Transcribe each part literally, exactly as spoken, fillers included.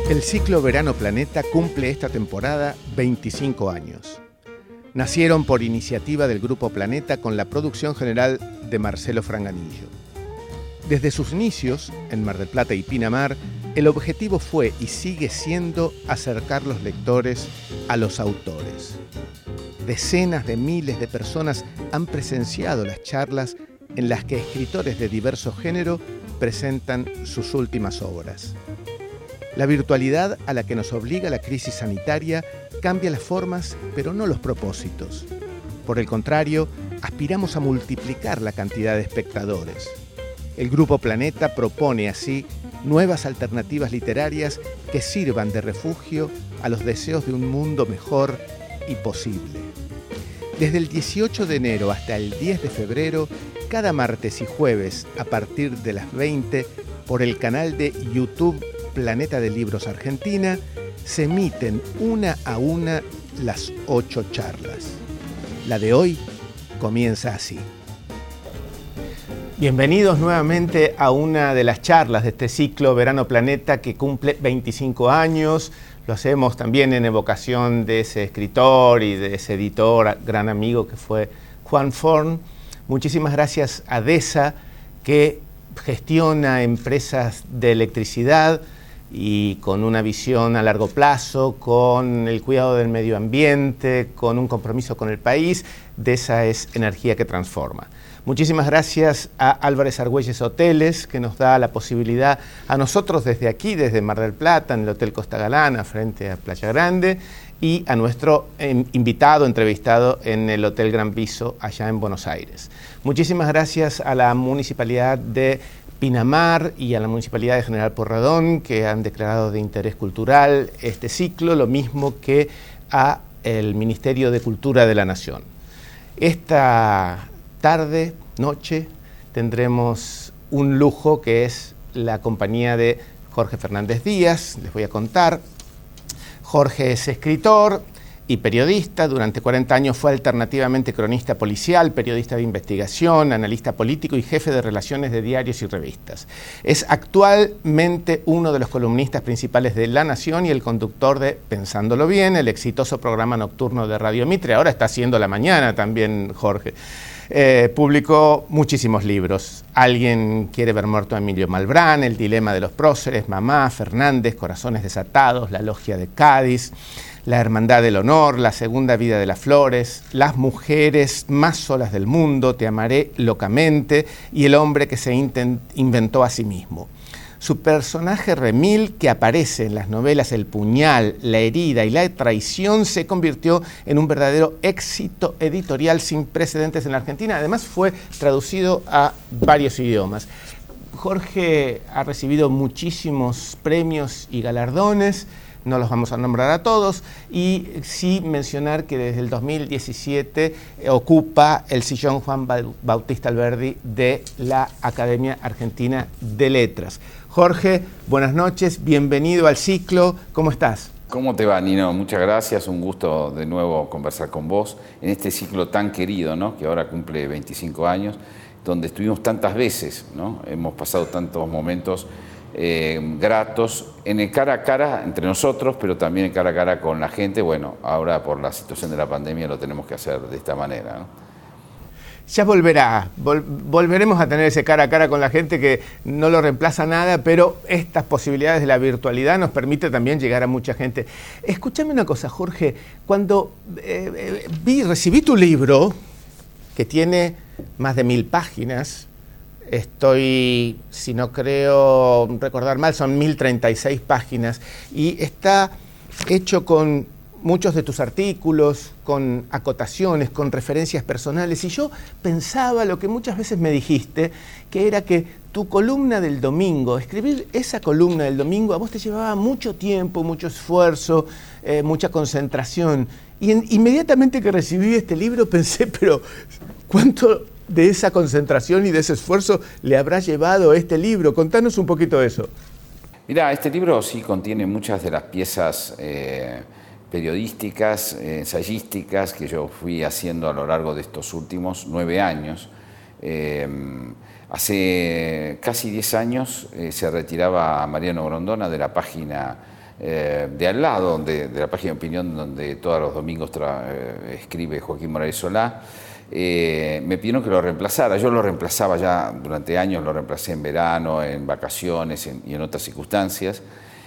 El ciclo Verano Planeta cumple esta temporada veinticinco años. Nacieron por iniciativa del Grupo Planeta con la producción general de Marcelo Franganillo. Desde sus inicios, en Mar del Plata y Pinamar, el objetivo fue y sigue siendo acercar los lectores a los autores. Decenas de miles de personas han presenciado las charlas en las que escritores de diverso género presentan sus últimas obras. La virtualidad a la que nos obliga la crisis sanitaria cambia las formas, pero no los propósitos. Por el contrario, aspiramos a multiplicar la cantidad de espectadores. El Grupo Planeta propone así nuevas alternativas literarias que sirvan de refugio a los deseos de un mundo mejor y posible. Desde el dieciocho de enero hasta el diez de febrero, cada martes y jueves a partir de las veinte, por el canal de YouTube Planeta de Libros Argentina, se emiten una a una las ocho charlas. La de hoy comienza así. Bienvenidos nuevamente a una de las charlas de este ciclo Verano Planeta que cumple veinticinco años. Lo hacemos también en evocación de ese escritor y de ese editor, gran amigo que fue Juan Forn. Muchísimas gracias a DESA, que gestiona empresas de electricidad y con una visión a largo plazo, con el cuidado del medio ambiente, con un compromiso con el país. DESA es energía que transforma. Muchísimas gracias a Álvarez Argüelles Hoteles, que nos da la posibilidad a nosotros desde aquí, desde Mar del Plata, en el Hotel Costa Galana, frente a Playa Grande, y a nuestro eh, invitado, entrevistado en el Hotel Gran Viso, allá en Buenos Aires. Muchísimas gracias a la Municipalidad de Pinamar y a la Municipalidad de General Porredón, que han declarado de interés cultural este ciclo, lo mismo que a el Ministerio de Cultura de la Nación. Esta tarde, noche, tendremos un lujo que es la compañía de Jorge Fernández Díaz. Les voy a contar. Jorge es escritor y periodista. Durante cuarenta años fue alternativamente cronista policial, periodista de investigación, analista político y jefe de relaciones de diarios y revistas. Es actualmente uno de los columnistas principales de La Nación y el conductor de Pensándolo Bien, el exitoso programa nocturno de Radio Mitre. Ahora está haciendo la mañana también, Jorge. Eh, publicó muchísimos libros. Alguien quiere ver muerto a Emilio Malbrán, El dilema de los próceres, Mamá, Fernández, Corazones desatados, La logia de Cádiz, La hermandad del honor, La segunda vida de las flores, Las mujeres más solas del mundo, Te amaré locamente y El hombre que se intent- inventó a sí mismo. Su personaje Remil, que aparece en las novelas El puñal, La herida y La traición, se convirtió en un verdadero éxito editorial sin precedentes en la Argentina. Además fue traducido a varios idiomas. Jorge ha recibido muchísimos premios y galardones, no los vamos a nombrar a todos, y sí mencionar que desde el dos mil diecisiete ocupa el sillón Juan Bautista Alberdi de la Academia Argentina de Letras. Jorge, buenas noches, bienvenido al ciclo, ¿cómo estás? ¿Cómo te va, Nino? Muchas gracias, un gusto de nuevo conversar con vos en este ciclo tan querido, ¿no? Que ahora cumple veinticinco años, donde estuvimos tantas veces, ¿no? Hemos pasado tantos momentos eh, gratos en el cara a cara entre nosotros, pero también en cara a cara con la gente. Bueno, ahora por la situación de la pandemia lo tenemos que hacer de esta manera, ¿no? Ya volverá, vol- volveremos a tener ese cara a cara con la gente que no lo reemplaza nada, pero estas posibilidades de la virtualidad nos permite también llegar a mucha gente. Escúchame una cosa, Jorge, cuando eh, eh, vi, recibí tu libro, que tiene más de mil páginas, estoy, si no creo recordar mal, son mil treinta y seis páginas, y está hecho con muchos de tus artículos, con acotaciones, con referencias personales, y yo pensaba lo que muchas veces me dijiste, que era que tu columna del domingo, escribir esa columna del domingo, a vos te llevaba mucho tiempo, mucho esfuerzo, eh, mucha concentración, y en, inmediatamente que recibí este libro pensé, pero ¿cuánto de esa concentración y de ese esfuerzo le habrá llevado este libro? Contanos un poquito de eso. Mirá, este libro sí contiene muchas de las piezas eh, periodísticas, eh, ensayísticas que yo fui haciendo a lo largo de estos últimos nueve años. Eh, hace casi diez años eh, se retiraba Mariano Grondona de la página eh, de al lado, donde, de la página de opinión donde todos los domingos tra, eh, escribe Joaquín Morales Solá. Eh, me pidieron que lo reemplazara. Yo lo reemplazaba ya durante años, lo reemplacé en verano, en vacaciones en, y en otras circunstancias.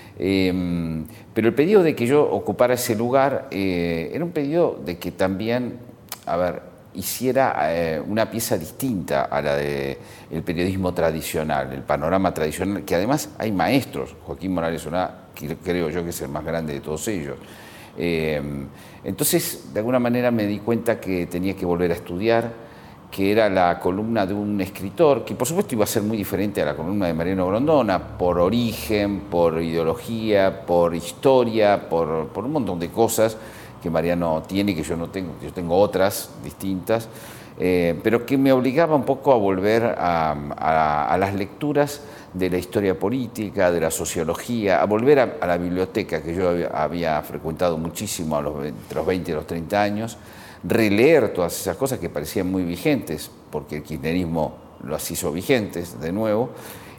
Eh, pero el pedido de que yo ocupara ese lugar eh, era un pedido de que también, a ver, hiciera eh, una pieza distinta a la del periodismo tradicional, el panorama tradicional, que además hay maestros. Joaquín Morales Solá, que creo yo que es el más grande de todos ellos. Eh, entonces, de alguna manera me di cuenta que tenía que volver a estudiar, que era la columna de un escritor, que por supuesto iba a ser muy diferente a la columna de Mariano Grondona, por origen, por ideología, por historia, por, por un montón de cosas que Mariano tiene y que yo no tengo, que yo tengo otras distintas, eh, pero que me obligaba un poco a volver a, a, a las lecturas de la historia política, de la sociología, a volver a, a la biblioteca que yo había, había frecuentado muchísimo a los, entre los veinte y los treinta años, releer todas esas cosas que parecían muy vigentes, porque el kirchnerismo las hizo vigentes de nuevo,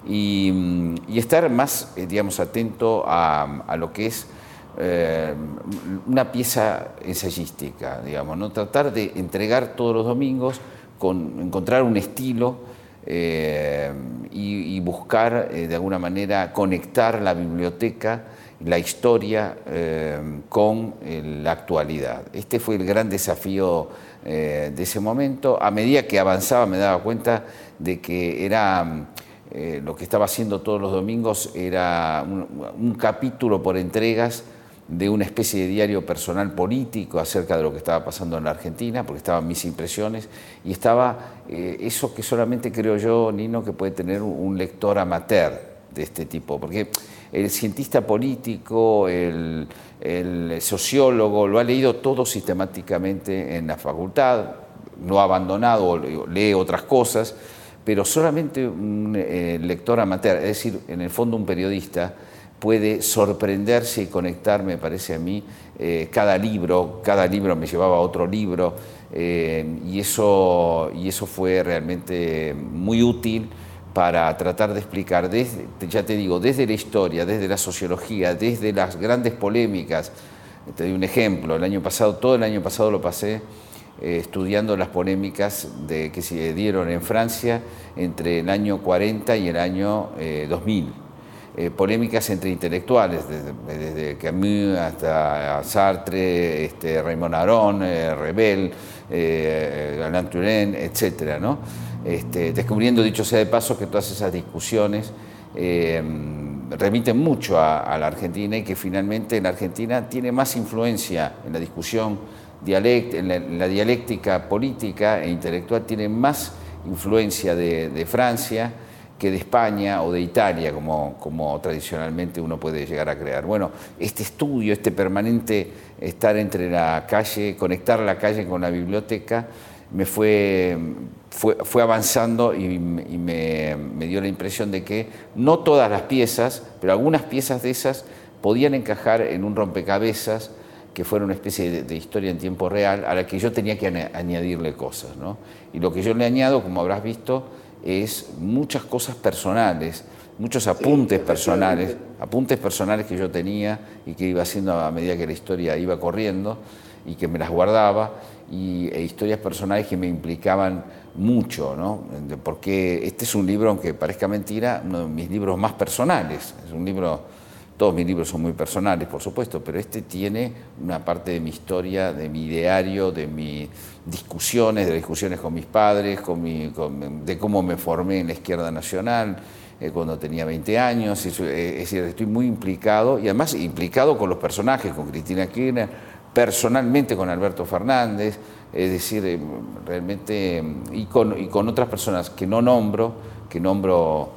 y, y estar más, digamos, atento a, a lo que es eh, una pieza ensayística, digamos, ¿no? Tratar de entregar todos los domingos, con, encontrar un estilo, Eh, y, y buscar eh, de alguna manera conectar la biblioteca, la historia eh, con eh, la actualidad. Este fue el gran desafío eh, de ese momento. A medida que avanzaba me daba cuenta de que era eh, lo que estaba haciendo todos los domingos era un, un capítulo por entregas de una especie de diario personal político acerca de lo que estaba pasando en la Argentina, porque estaban mis impresiones, y estaba eh, eso que solamente creo yo, Nino, que puede tener un lector amateur de este tipo, porque el cientista político, el, el sociólogo, lo ha leído todo sistemáticamente en la facultad, no ha abandonado, lee otras cosas, pero solamente un eh, lector amateur, es decir, en el fondo un periodista, puede sorprenderse y conectar, me parece a mí, eh, cada libro, cada libro me llevaba a otro libro, eh, y, eso, y eso fue realmente muy útil para tratar de explicar, desde, ya te digo, desde la historia, desde la sociología, desde las grandes polémicas. Te doy un ejemplo, el año pasado, todo el año pasado lo pasé eh, estudiando las polémicas de, que se dieron en Francia entre el año cuarenta y el año eh, dos mil. Eh, polémicas entre intelectuales, desde, desde Camus hasta Sartre, este, Raymond Aron, eh, Rebel, eh, Alain Touraine, etcétera, ¿no? Este, descubriendo, dicho sea de paso, que todas esas discusiones eh, remiten mucho a, a la Argentina, y que finalmente la Argentina tiene más influencia en la discusión, dialect, en, la, en la dialéctica política e intelectual, tiene más influencia de, de Francia que de España o de Italia, como, como tradicionalmente uno puede llegar a creer. Bueno, este estudio, este permanente estar entre la calle, conectar la calle con la biblioteca, me fue, fue, fue avanzando y, y me, me dio la impresión de que no todas las piezas, pero algunas piezas de esas podían encajar en un rompecabezas que fuera una especie de, de historia en tiempo real, a la que yo tenía que añadirle cosas, ¿no? Y lo que yo le añado, como habrás visto, es muchas cosas personales, muchos apuntes sí, personales, apuntes personales que yo tenía y que iba haciendo a medida que la historia iba corriendo y que me las guardaba, y e historias personales que me implicaban mucho, ¿no? Porque este es un libro, aunque parezca mentira, uno de mis libros más personales. Es un libro, todos mis libros son muy personales, por supuesto, pero este tiene una parte de mi historia, de mi diario, de mis discusiones, de discusiones con mis padres, con mi, con, de cómo me formé en la izquierda nacional eh, cuando tenía veinte años. Es, es decir, estoy muy implicado, y además implicado con los personajes, con Cristina Kirchner, personalmente con Alberto Fernández, es decir, eh, realmente, y con, y con otras personas que no nombro, que nombro,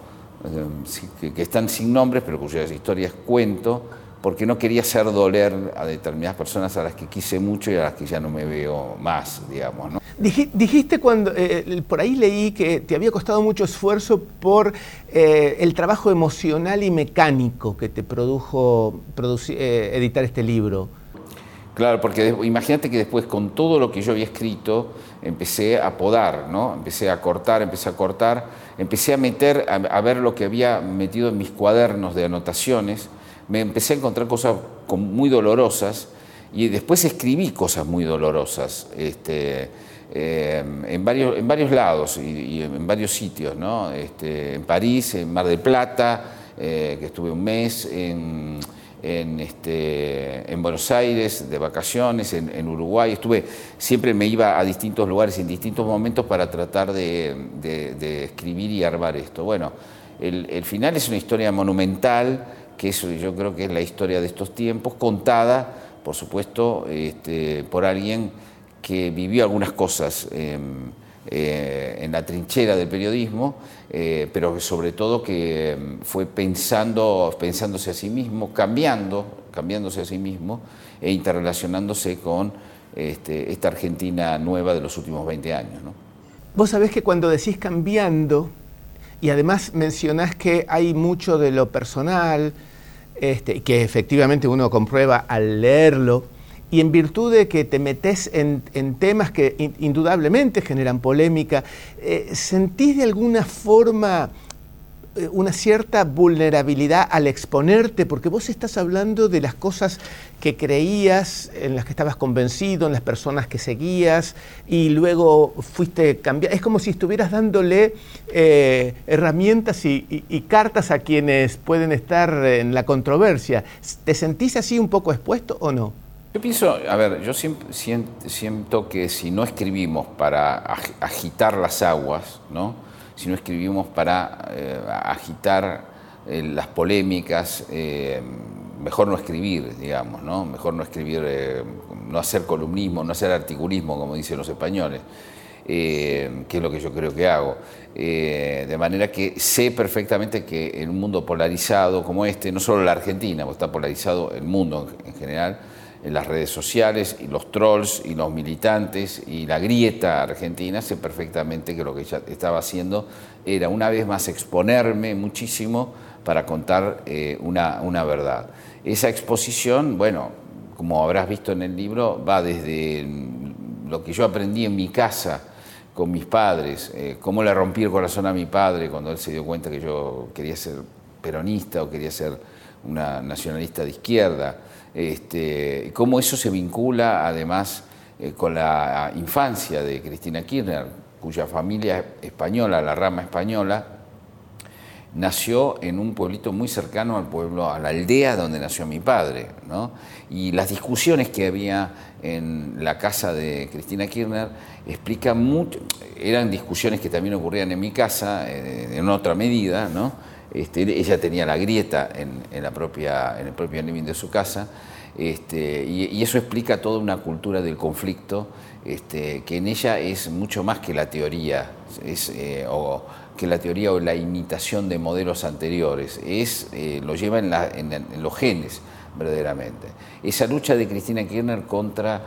Que, que están sin nombres, pero cuyas historias cuento, porque no quería hacer doler a determinadas personas a las que quise mucho y a las que ya no me veo más, digamos, ¿no? Dijiste cuando, eh, por ahí leí que te había costado mucho esfuerzo por eh, el trabajo emocional y mecánico que te produjo producir, eh, editar este libro. Claro, porque imagínate que después, con todo lo que yo había escrito, empecé a podar, ¿no? Empecé a cortar, empecé a cortar, empecé a meter, a, a ver lo que había metido en mis cuadernos de anotaciones, me empecé a encontrar cosas muy dolorosas y después escribí cosas muy dolorosas este, eh, en, varios, en varios lados y, y en varios sitios, ¿no? Este, en París, en Mar del Plata, eh, que estuve un mes, en, en, este, en Buenos Aires de vacaciones, en, en Uruguay. Estuve, siempre me iba a distintos lugares en distintos momentos para tratar de, de, de escribir y armar esto. Bueno, el, el final es una historia monumental, que eso yo creo que es la historia de estos tiempos, contada, por supuesto, este, por alguien que vivió algunas cosas eh, eh, en la trinchera del periodismo, eh, pero sobre todo que fue pensando, pensándose a sí mismo, cambiando, cambiándose a sí mismo e interrelacionándose con este, esta Argentina nueva de los últimos veinte años, ¿no? Vos sabés que cuando decís cambiando, y además mencionás que hay mucho de lo personal, este, que efectivamente uno comprueba al leerlo, y en virtud de que te metés en, en temas que in, indudablemente generan polémica, eh, ¿sentís de alguna forma eh, una cierta vulnerabilidad al exponerte? Porque vos estás hablando de las cosas que creías, en las que estabas convencido, en las personas que seguías, y luego fuiste cambiando. Es como si estuvieras dándole eh, herramientas y, y, y cartas a quienes pueden estar en la controversia. ¿Te sentís así un poco expuesto o no? Yo pienso, a ver, yo siempre, siento que si no escribimos para agitar las aguas, ¿no? Si no escribimos para eh, agitar eh, las polémicas, eh, mejor no escribir, digamos, ¿no? Mejor no escribir, eh, no hacer columnismo, no hacer articulismo, como dicen los españoles, eh, que es lo que yo creo que hago. Eh, de manera que sé perfectamente que en un mundo polarizado como este, no solo la Argentina, porque está polarizado el mundo en, en general, en las redes sociales, y los trolls, y los militantes, y la grieta argentina, sé perfectamente que lo que ella estaba haciendo era una vez más exponerme muchísimo para contar eh, una, una verdad. Esa exposición, bueno, como habrás visto en el libro, va desde lo que yo aprendí en mi casa con mis padres, eh, cómo le rompí el corazón a mi padre cuando él se dio cuenta que yo quería ser peronista o quería ser una nacionalista de izquierda, este, cómo eso se vincula además eh, con la infancia de Cristina Kirchner, cuya familia española, la rama española, nació en un pueblito muy cercano al pueblo, a la aldea donde nació mi padre, ¿no? Y las discusiones que había en la casa de Cristina Kirchner explican mucho, eran discusiones que también ocurrían en mi casa, eh, en otra medida, ¿no? Este, ella tenía la grieta en, en, la propia, en el propio living de su casa, este, y, y eso explica toda una cultura del conflicto, este, que en ella es mucho más que la teoría, es, eh, o que la teoría o la imitación de modelos anteriores, es, eh, lo lleva en, la, en, en los genes verdaderamente. Esa lucha de Cristina Kirchner contra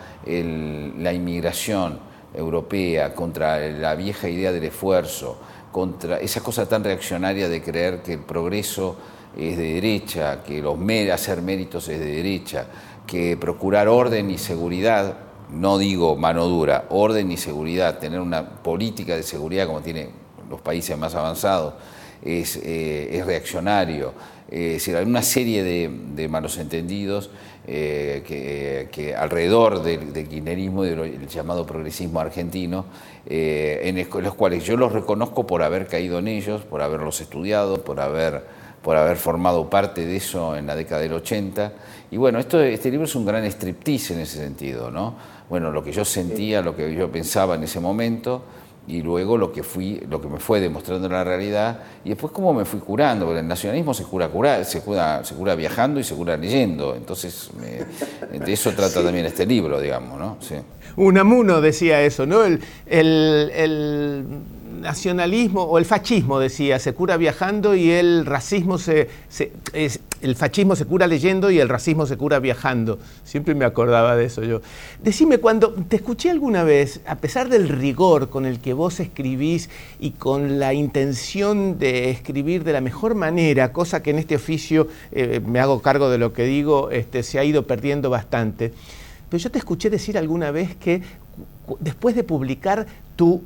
el, la inmigración europea, contra la vieja idea del esfuerzo, contra esa cosa tan reaccionaria de creer que el progreso es de derecha, que los hacer méritos es de derecha, que procurar orden y seguridad, no digo mano dura, orden y seguridad, tener una política de seguridad como tienen los países más avanzados, es, eh, es reaccionario. Eh, es decir, hay una serie de, de malos entendidos eh, que, que alrededor del, del kirchnerismo y del llamado progresismo argentino, eh, en, en los cuales yo los reconozco por haber caído en ellos, por haberlos estudiado, por haber, por haber formado parte de eso en la década del ochenta. Y bueno, esto, este libro es un gran striptease en ese sentido, ¿no? Bueno, lo que yo sentía, lo que yo pensaba en ese momento, y luego lo que fui, lo que me fue demostrando la realidad, y después cómo me fui curando, porque el nacionalismo se cura, cura, se cura, se cura viajando y se cura leyendo, entonces me, de eso trata sí. también este libro, digamos, ¿no? Sí. Unamuno decía eso, ¿no? El, el, el nacionalismo, o el fascismo decía, se cura viajando y el racismo se, se es, el fascismo se cura leyendo y el racismo se cura viajando. Siempre me acordaba de eso yo. Decime, cuando te escuché alguna vez, a pesar del rigor con el que vos escribís y con la intención de escribir de la mejor manera, cosa que en este oficio, eh, me hago cargo de lo que digo, este, se ha ido perdiendo bastante, pero yo te escuché decir alguna vez que después de publicar tu,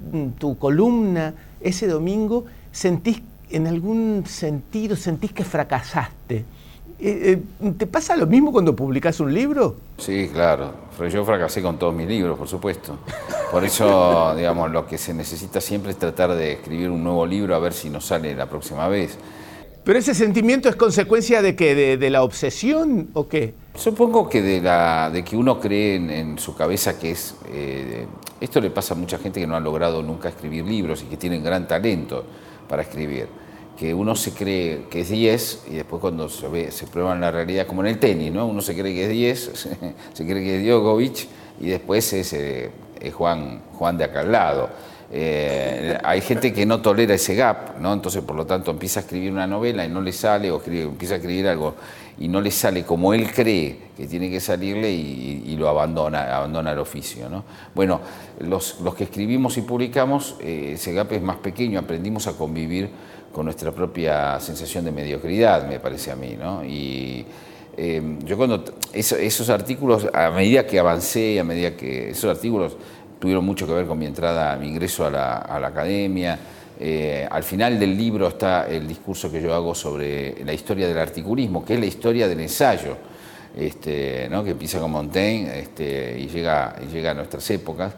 tu columna ese domingo, sentís en algún sentido, sentís que fracasaste. Eh, eh, ¿Te pasa lo mismo cuando publicás un libro? Sí, claro. Yo fracasé con todos mis libros, por supuesto. Por eso, digamos, lo que se necesita siempre es tratar de escribir un nuevo libro a ver si nos sale la próxima vez. ¿Pero ese sentimiento es consecuencia de qué? ¿De, de la obsesión o qué? Supongo que de, la, de que uno cree en, en su cabeza que es... Eh, esto le pasa a mucha gente que no ha logrado nunca escribir libros y que tienen gran talento para escribir. Que uno se cree que es diez y después cuando se, ve, se prueba en la realidad, como en el tenis, ¿no? Uno se cree que es diez, se, se cree que es Djokovic y después es, eh, es Juan, Juan de acá al lado. Eh, hay gente que no tolera ese gap, ¿no? Entonces por lo tanto empieza a escribir una novela y no le sale, o escribe, empieza a escribir algo y no le sale como él cree que tiene que salirle y, y lo abandona, abandona el oficio, ¿no? Bueno, los, los que escribimos y publicamos, eh, ese gap es más pequeño, aprendimos a convivir con nuestra propia sensación de mediocridad, me parece a mí, ¿no? Y eh, yo cuando, eso, esos artículos, a medida que avancé, a medida que esos artículos tuvieron mucho que ver con mi entrada, mi ingreso a la, a la academia. Eh, al final del libro está el discurso que yo hago sobre la historia del articulismo, que es la historia del ensayo, este, ¿no? Que empieza con Montaigne este, y, llega, y llega a nuestras épocas.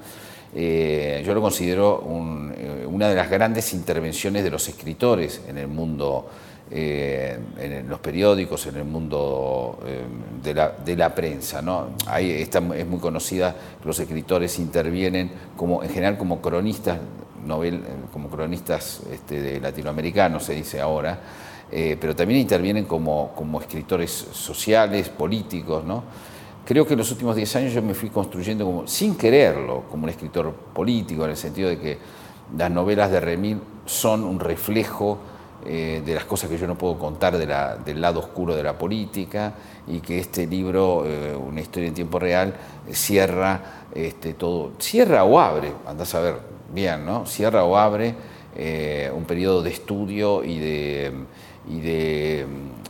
Eh, yo lo considero un, una de las grandes intervenciones de los escritores en el mundo, eh, en los periódicos, en el mundo eh, de, la, de la prensa, ¿no? Ahí está, es muy conocida que los escritores intervienen como, en general como cronistas, novel, como cronistas este, de latinoamericanos, se dice ahora, eh, pero también intervienen como, como escritores sociales, políticos, ¿no? Creo que en los últimos diez años yo me fui construyendo, como, sin quererlo, como un escritor político, en el sentido de que las novelas de Remil son un reflejo eh, de las cosas que yo no puedo contar de la, del lado oscuro de la política, y que este libro, eh, Una historia en tiempo real, eh, cierra este, todo, cierra o abre, andás a ver bien, ¿no? Cierra o abre eh, un periodo de estudio y de... Y de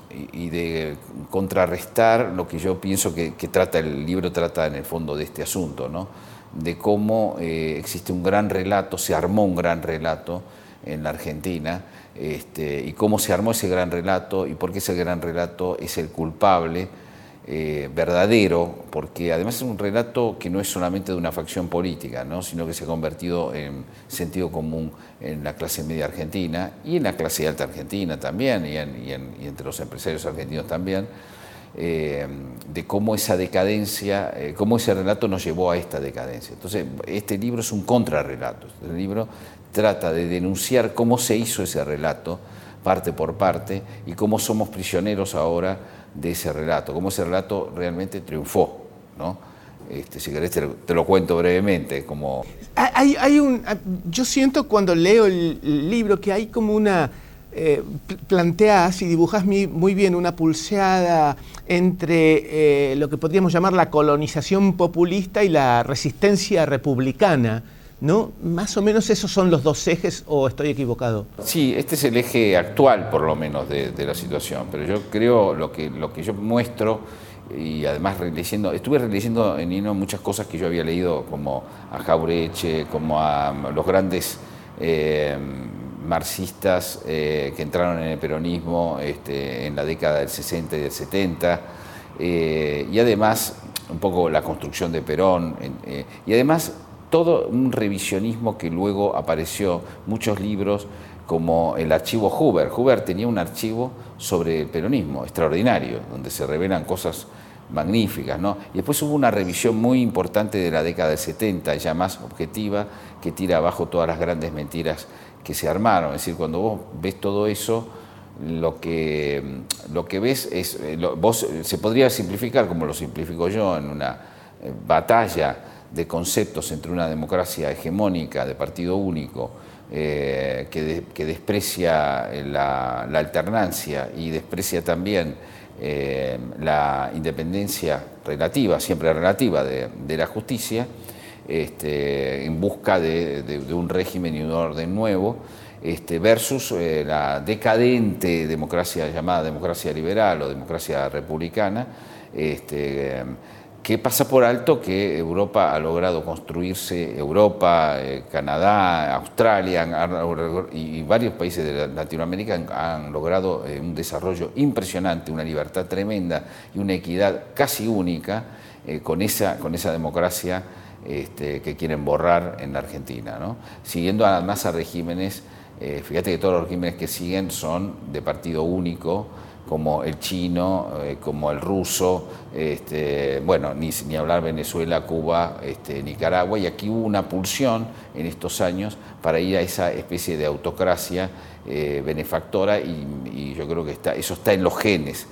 y de contrarrestar lo que yo pienso que, que trata el libro, trata en el fondo de este asunto, ¿no? De cómo eh, existe un gran relato, se armó un gran relato en la Argentina, este, y cómo se armó ese gran relato y por qué ese gran relato es el culpable eh, verdadero, porque además es un relato que no es solamente de una facción política, ¿no? Sino que se ha convertido en sentido común en la clase media argentina y en la clase alta argentina también, y, en, y, en, y entre los empresarios argentinos también, eh, de cómo esa decadencia, eh, cómo ese relato nos llevó a esta decadencia. Entonces, este libro es un contrarrelato. Este libro trata de denunciar cómo se hizo ese relato, parte por parte, y cómo somos prisioneros ahora de ese relato, cómo ese relato realmente triunfó, ¿no? Este, si querés te lo, te lo cuento brevemente. Como... Hay, hay un, yo siento cuando leo el libro que hay como una, eh, planteás y dibujás muy, muy bien una pulseada entre eh, lo que podríamos llamar la colonización populista y la resistencia republicana, ¿no? Más o menos esos son los dos ejes, ¿o estoy equivocado? Sí, este es el eje actual, por lo menos, de, de la situación, pero yo creo lo que, lo que yo muestro, y además releyendo, estuve releyendo en Hino muchas cosas que yo había leído, como a Jaureche, como a los grandes eh, marxistas eh, que entraron en el peronismo este, en la década del sesenta y del setenta, eh, y además un poco la construcción de Perón, eh, y además todo un revisionismo que luego apareció, muchos libros como el archivo Huber. Huber tenía un archivo sobre el peronismo extraordinario, donde se revelan cosas magníficas, ¿no? Y después hubo una revisión muy importante de la década del setenta, ya más objetiva, que tira abajo todas las grandes mentiras que se armaron. Es decir, cuando vos ves todo eso, lo que, lo que ves es, lo, vos, se podría simplificar, como lo simplifico yo, en una eh, batalla de conceptos entre una democracia hegemónica de partido único eh, que, de, que desprecia la, la alternancia y desprecia también eh, la independencia relativa, siempre relativa, de, de la justicia, este, en busca de, de, de un régimen y un orden nuevo, este, versus eh, la decadente democracia llamada democracia liberal o democracia republicana, este, que pasa por alto que Europa ha logrado construirse, Europa, eh, Canadá, Australia han, y varios países de Latinoamérica han, han logrado eh, un desarrollo impresionante, una libertad tremenda y una equidad casi única eh, con, esa, con esa democracia este, que quieren borrar en la Argentina, ¿no? Siguiendo además a regímenes, eh, fíjate que todos los regímenes que siguen son de partido único, como el chino, eh, como el ruso, este, bueno, ni, ni hablar Venezuela, Cuba, este, Nicaragua, y aquí hubo una pulsión en estos años para ir a esa especie de autocracia eh, benefactora, y, y yo creo que está, eso está en los genes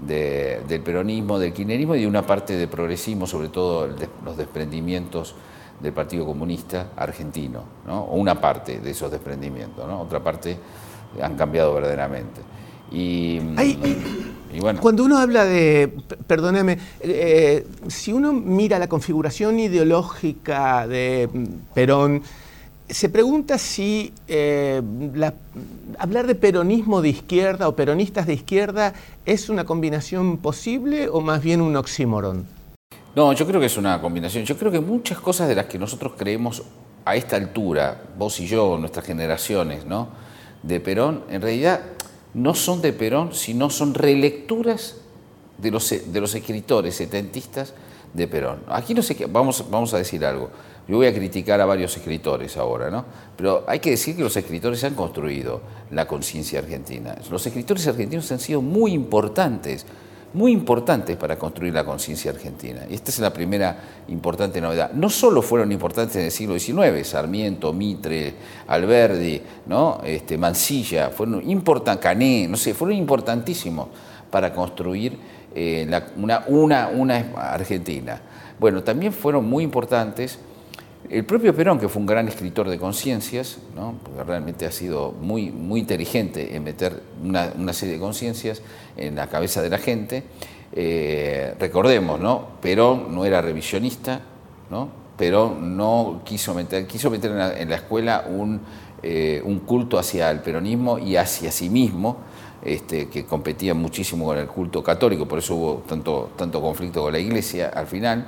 de, del peronismo, del kirchnerismo y de una parte del progresismo, sobre todo el de, los desprendimientos del Partido Comunista Argentino, ¿no? O una parte de esos desprendimientos, ¿no? Otra parte han cambiado verdaderamente. Y, Ay, y bueno. Cuando uno habla de, perdóname, eh, si uno mira la configuración ideológica de Perón, se pregunta si eh, la, hablar de peronismo de izquierda o peronistas de izquierda es una combinación posible o más bien un oxímoron. No, yo creo que es una combinación. Yo creo que muchas cosas de las que nosotros creemos a esta altura, vos y yo, nuestras generaciones, ¿no?, de Perón, en realidad no son de Perón, sino son relecturas de los, de los escritores setentistas de Perón. Aquí no sé qué, vamos, vamos a decir algo. Yo voy a criticar a varios escritores ahora, ¿no? Pero hay que decir que los escritores han construido la conciencia argentina. Los escritores argentinos han sido muy importantes, muy importantes para construir la conciencia argentina. Y esta es la primera importante novedad. No solo fueron importantes en el siglo diecinueve, Sarmiento, Mitre, Alberdi, ¿no?, este, Mansilla, fueron importantes, Cané, no sé, fueron importantísimos para construir eh, la, una, una, una Argentina. Bueno, también fueron muy importantes el propio Perón, que fue un gran escritor de conciencias, ¿no?, porque realmente ha sido muy, muy inteligente en meter una, una serie de conciencias en la cabeza de la gente. Eh, recordemos, ¿no?, Perón no era revisionista, ¿no? Perón no quiso meter, quiso meter en la, en la escuela un, eh, un culto hacia el peronismo y hacia sí mismo, este, que competía muchísimo con el culto católico, por eso hubo tanto, tanto conflicto con la Iglesia al final.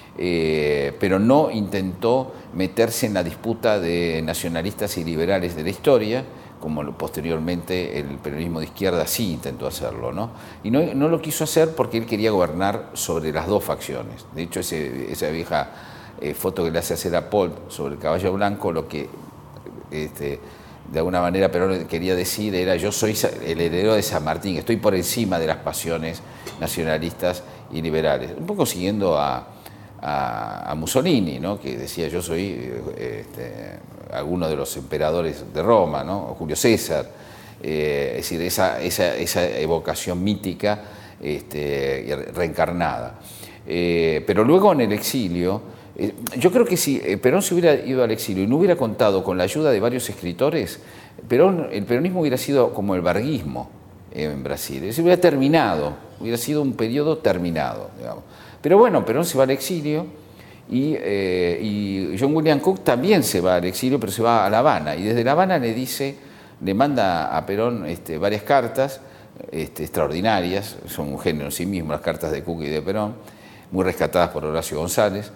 Eh, pero no intentó meterse en la disputa de nacionalistas y liberales de la historia, como posteriormente el peronismo de izquierda sí intentó hacerlo, ¿no? Y no, no lo quiso hacer porque él quería gobernar sobre las dos facciones. De hecho, ese, esa vieja eh, foto que le hace hacer a Paul sobre el caballo blanco, lo que este, de alguna manera Perón quería decir era: yo soy el heredero de San Martín, estoy por encima de las pasiones nacionalistas y liberales. Un poco siguiendo a A, a Mussolini, ¿no?, que decía: yo soy este, alguno de los emperadores de Roma, ¿no?, o Julio César. Eh, es decir, esa, esa, esa evocación mítica este, reencarnada. Eh, pero luego en el exilio, eh, yo creo que si Perón se hubiera ido al exilio y no hubiera contado con la ayuda de varios escritores, Perón, el peronismo hubiera sido como el varguismo en Brasil. Es decir, hubiera terminado, hubiera sido un periodo terminado, digamos. Pero bueno, Perón se va al exilio y, eh, y John William Cook también se va al exilio, pero se va a La Habana. Y desde La Habana le dice, le manda a Perón este, varias cartas este, extraordinarias, son un género en sí mismo las cartas de Cook y de Perón, muy rescatadas por Horacio González.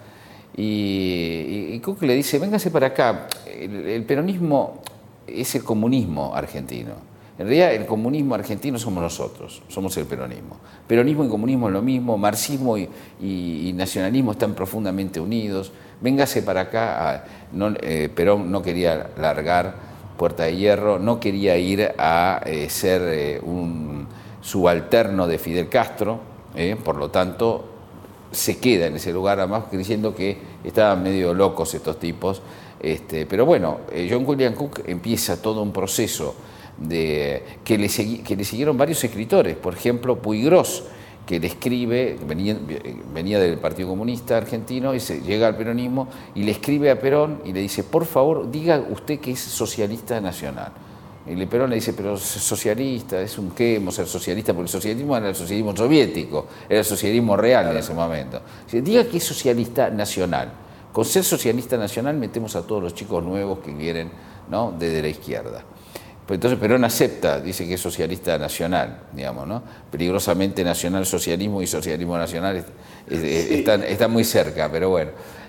Y, y, y Cook le dice: véngase para acá, el, el peronismo es el comunismo argentino. En realidad el comunismo argentino somos nosotros, somos el peronismo. Peronismo y comunismo es lo mismo, marxismo y, y, y nacionalismo están profundamente unidos. Véngase para acá. A, no, eh, Perón no quería largar Puerta de Hierro, no quería ir a eh, ser eh, un subalterno de Fidel Castro, eh, por lo tanto se queda en ese lugar, además creyendo que estaban medio locos estos tipos. Este, pero bueno, eh, John William Cook empieza todo un proceso De, que, le segui, que le siguieron varios escritores, por ejemplo Puigros, que le escribe, venía, venía del Partido Comunista Argentino y se llega al peronismo y le escribe a Perón y le dice: por favor, diga usted que es socialista nacional. Y Perón le dice: pero socialista, es un qué, ser socialista, porque el socialismo era el socialismo soviético, era el socialismo real en ese momento. Dice: diga que es socialista nacional. Con ser socialista nacional metemos a todos los chicos nuevos que quieren, ¿no?, desde la izquierda. Pues entonces Perón acepta, dice que es socialista nacional, digamos, ¿no? Peligrosamente nacional socialismo y socialismo nacional es, es, es, sí. están, están muy cerca, pero bueno.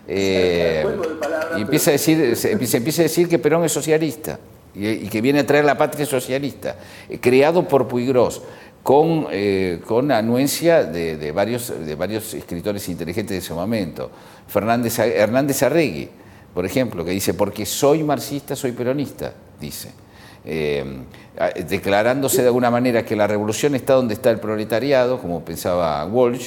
Eh, y empieza a decir, se empieza, empieza a decir que Perón es socialista y, y que viene a traer la patria socialista, eh, creado por Puiggrós, con, eh, con anuencia de, de, varios, de varios escritores inteligentes de ese momento. Fernández, Hernández Arregui, por ejemplo, que dice, porque soy marxista, soy peronista, dice. Eh, declarándose de alguna manera que la revolución está donde está el proletariado, como pensaba Walsh,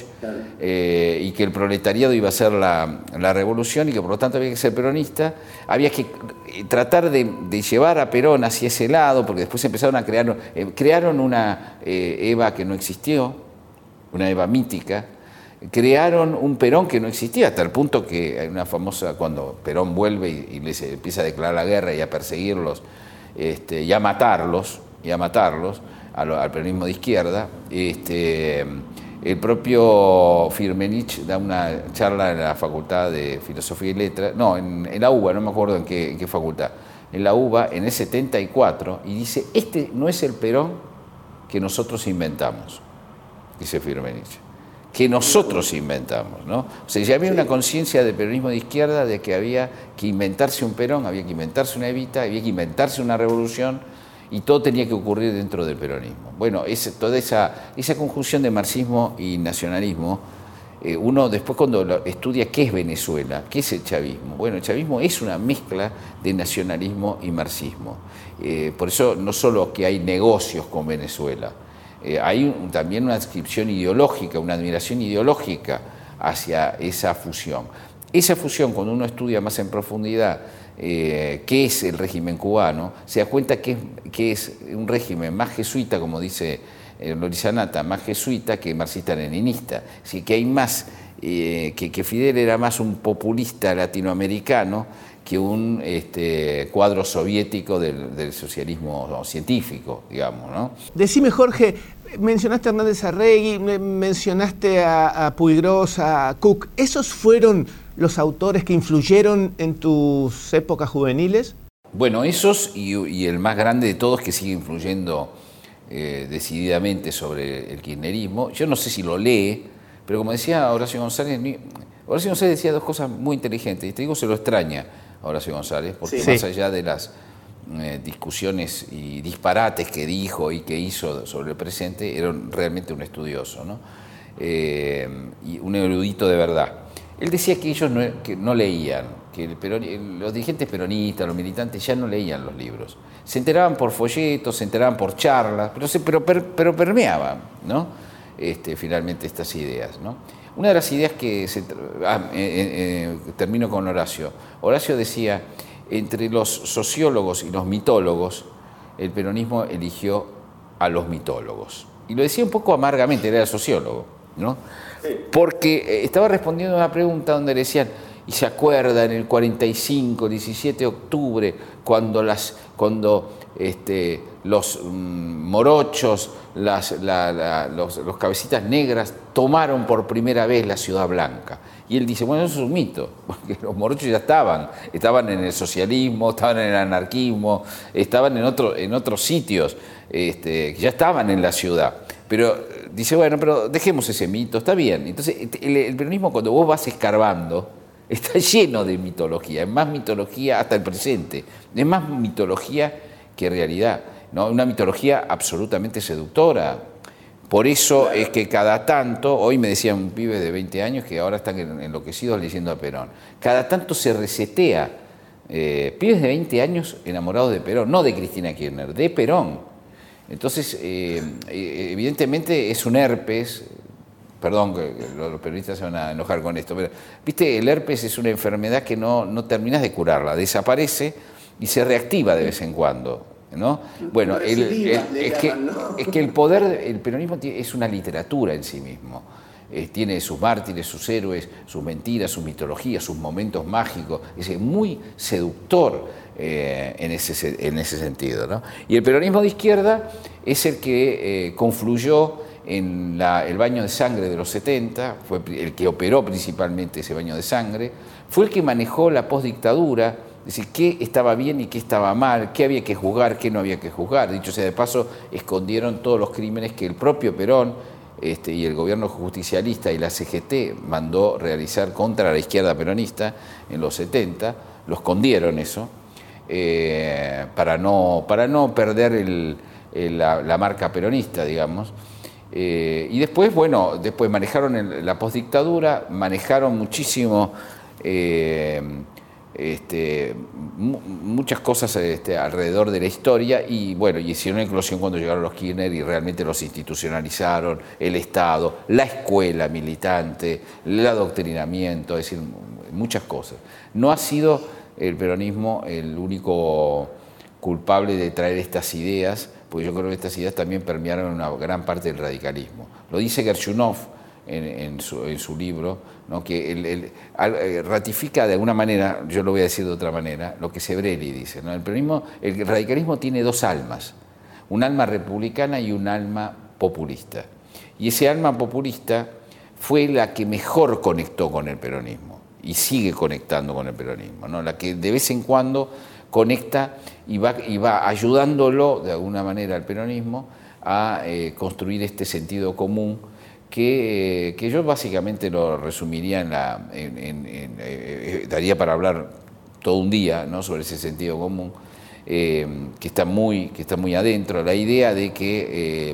eh, y que el proletariado iba a ser la, la revolución y que por lo tanto había que ser peronista, había que tratar de, de llevar a Perón hacia ese lado, porque después empezaron a crear, eh, crearon una eh, Eva que no existió, una Eva mítica, crearon un Perón que no existía, hasta el punto que hay una famosa, cuando Perón vuelve y, y les empieza a declarar la guerra y a perseguirlos, Este, y a matarlos, y a matarlos al, al peronismo de izquierda. Este, el propio Firmenich da una charla en la Facultad de Filosofía y Letras, no, en, en la UBA, no me acuerdo en qué, en qué facultad, en la UBA en el setenta y cuatro, y dice, este no es el Perón que nosotros inventamos, dice Firmenich, que nosotros inventamos, ¿no? O sea, ya había una conciencia del peronismo de izquierda de que había que inventarse un Perón, había que inventarse una Evita, había que inventarse una revolución y todo tenía que ocurrir dentro del peronismo. Bueno, ese, toda esa, esa conjunción de marxismo y nacionalismo, eh, uno después cuando lo estudia qué es Venezuela, qué es el chavismo, bueno, el chavismo es una mezcla de nacionalismo y marxismo. Eh, por eso no solo que hay negocios con Venezuela, Eh, hay un, también una adscripción ideológica, una admiración ideológica hacia esa fusión. Esa fusión, cuando uno estudia más en profundidad eh, qué es el régimen cubano, se da cuenta que es, que es un régimen más jesuita, como dice eh, Lorizanata, más jesuita que marxista-leninista. Así que hay más, eh, que, que Fidel era más un populista latinoamericano que un este, cuadro soviético del, del socialismo no, científico, digamos, ¿no? Decime, Jorge, mencionaste a Hernández Arregui, mencionaste a, a Puiggrós, a Cook, ¿esos fueron los autores que influyeron en tus épocas juveniles? Bueno, esos y, y el más grande de todos que sigue influyendo eh, decididamente sobre el kirchnerismo, yo no sé si lo lee, pero como decía Horacio González, Horacio González decía dos cosas muy inteligentes, y te digo, se lo extraña a Horacio González, porque sí, más allá de las eh, discusiones y disparates que dijo y que hizo sobre el presente, era realmente un estudioso, ¿no? Eh, y un erudito de verdad. Él decía que ellos no, que no leían, que el peron, los dirigentes peronistas, los militantes ya no leían los libros. Se enteraban por folletos, se enteraban por charlas, pero, se, pero, pero, pero permeaban, ¿no? Este, finalmente estas ideas, ¿no? Una de las ideas que se, ah, eh, eh, termino con Horacio. Horacio decía, entre los sociólogos y los mitólogos, el peronismo eligió a los mitólogos. Y lo decía un poco amargamente, él era sociólogo, ¿no? Porque estaba respondiendo a una pregunta donde le decían, y se acuerda en el cuarenta y cinco, diecisiete de octubre, cuando, las, cuando este, los mm, morochos, las, la, la, los, los cabecitas negras tomaron por primera vez la Ciudad Blanca. Y él dice, bueno, eso es un mito, porque los morochos ya estaban, estaban en el socialismo, estaban en el anarquismo, estaban en, otro, en otros sitios, este, ya estaban en la ciudad. Pero dice, bueno, pero dejemos ese mito, está bien. Entonces, el, el peronismo, cuando vos vas escarbando, está lleno de mitología, es más mitología hasta el presente, es más mitología que realidad, ¿no? Una mitología absolutamente seductora. Por eso es que cada tanto, hoy me decía un pibe de veinte años que ahora están enloquecidos leyendo a Perón, cada tanto se resetea, eh, pibes de veinte años enamorados de Perón, no de Cristina Kirchner, de Perón. Entonces, eh, evidentemente es un herpes, perdón, que los periodistas se van a enojar con esto, pero viste, el herpes es una enfermedad que no, no terminas de curarla, desaparece y se reactiva de vez en cuando, ¿no? Bueno, el, el, es, que, es que el poder, el peronismo es una literatura en sí mismo. Eh, tiene sus mártires, sus héroes, sus mentiras, sus mitologías, sus momentos mágicos, es muy seductor eh, en, ese, en ese sentido, ¿no? Y el peronismo de izquierda es el que eh, confluyó en la, el baño de sangre de los setenta, fue el que operó principalmente ese baño de sangre, fue el que manejó la postdictadura Es decir, qué estaba bien y qué estaba mal, qué había que juzgar, qué no había que juzgar. Dicho sea de paso, escondieron todos los crímenes que el propio Perón este, y el gobierno justicialista y la C G T mandó realizar contra la izquierda peronista en los setenta, lo escondieron eso, eh, para, no, para no perder el, el, la, la marca peronista, digamos. Eh, y después, bueno, después manejaron el, la postdictadura, manejaron muchísimo... Eh, Este, muchas cosas este, alrededor de la historia y bueno, y hicieron una eclosión cuando llegaron los Kirchner y realmente los institucionalizaron, el Estado, la escuela militante, el adoctrinamiento, es decir, muchas cosas. No ha sido el peronismo el único culpable de traer estas ideas, porque yo creo que estas ideas también permearon una gran parte del radicalismo. Lo dice Gershunov en, en, su, en su libro, ¿no? Que el, el, el, ratifica de alguna manera, yo lo voy a decir de otra manera, lo que Sebrelli dice, ¿no? El peronismo, el radicalismo tiene dos almas, un alma republicana y un alma populista. Y ese alma populista fue la que mejor conectó con el peronismo y sigue conectando con el peronismo, ¿no? La que de vez en cuando conecta y va, y va ayudándolo de alguna manera al peronismo a eh, construir este sentido común que, eh, que yo básicamente lo resumiría en la... En, en, en, eh, daría para hablar todo un día, ¿no? Sobre ese sentido común, eh, que, está muy, que está muy adentro, la idea de que eh,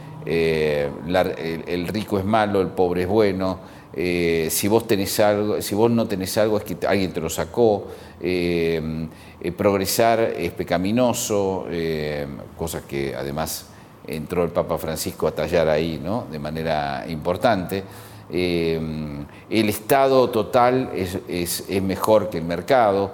eh, la, el, el rico es malo, el pobre es bueno, eh, si vos tenés algo, si vos no tenés algo es que alguien te lo sacó, eh, eh, progresar es pecaminoso, eh, cosas que además entró el Papa Francisco a tallar ahí, ¿no? De manera importante. Eh, el Estado total es, es, es mejor que el mercado,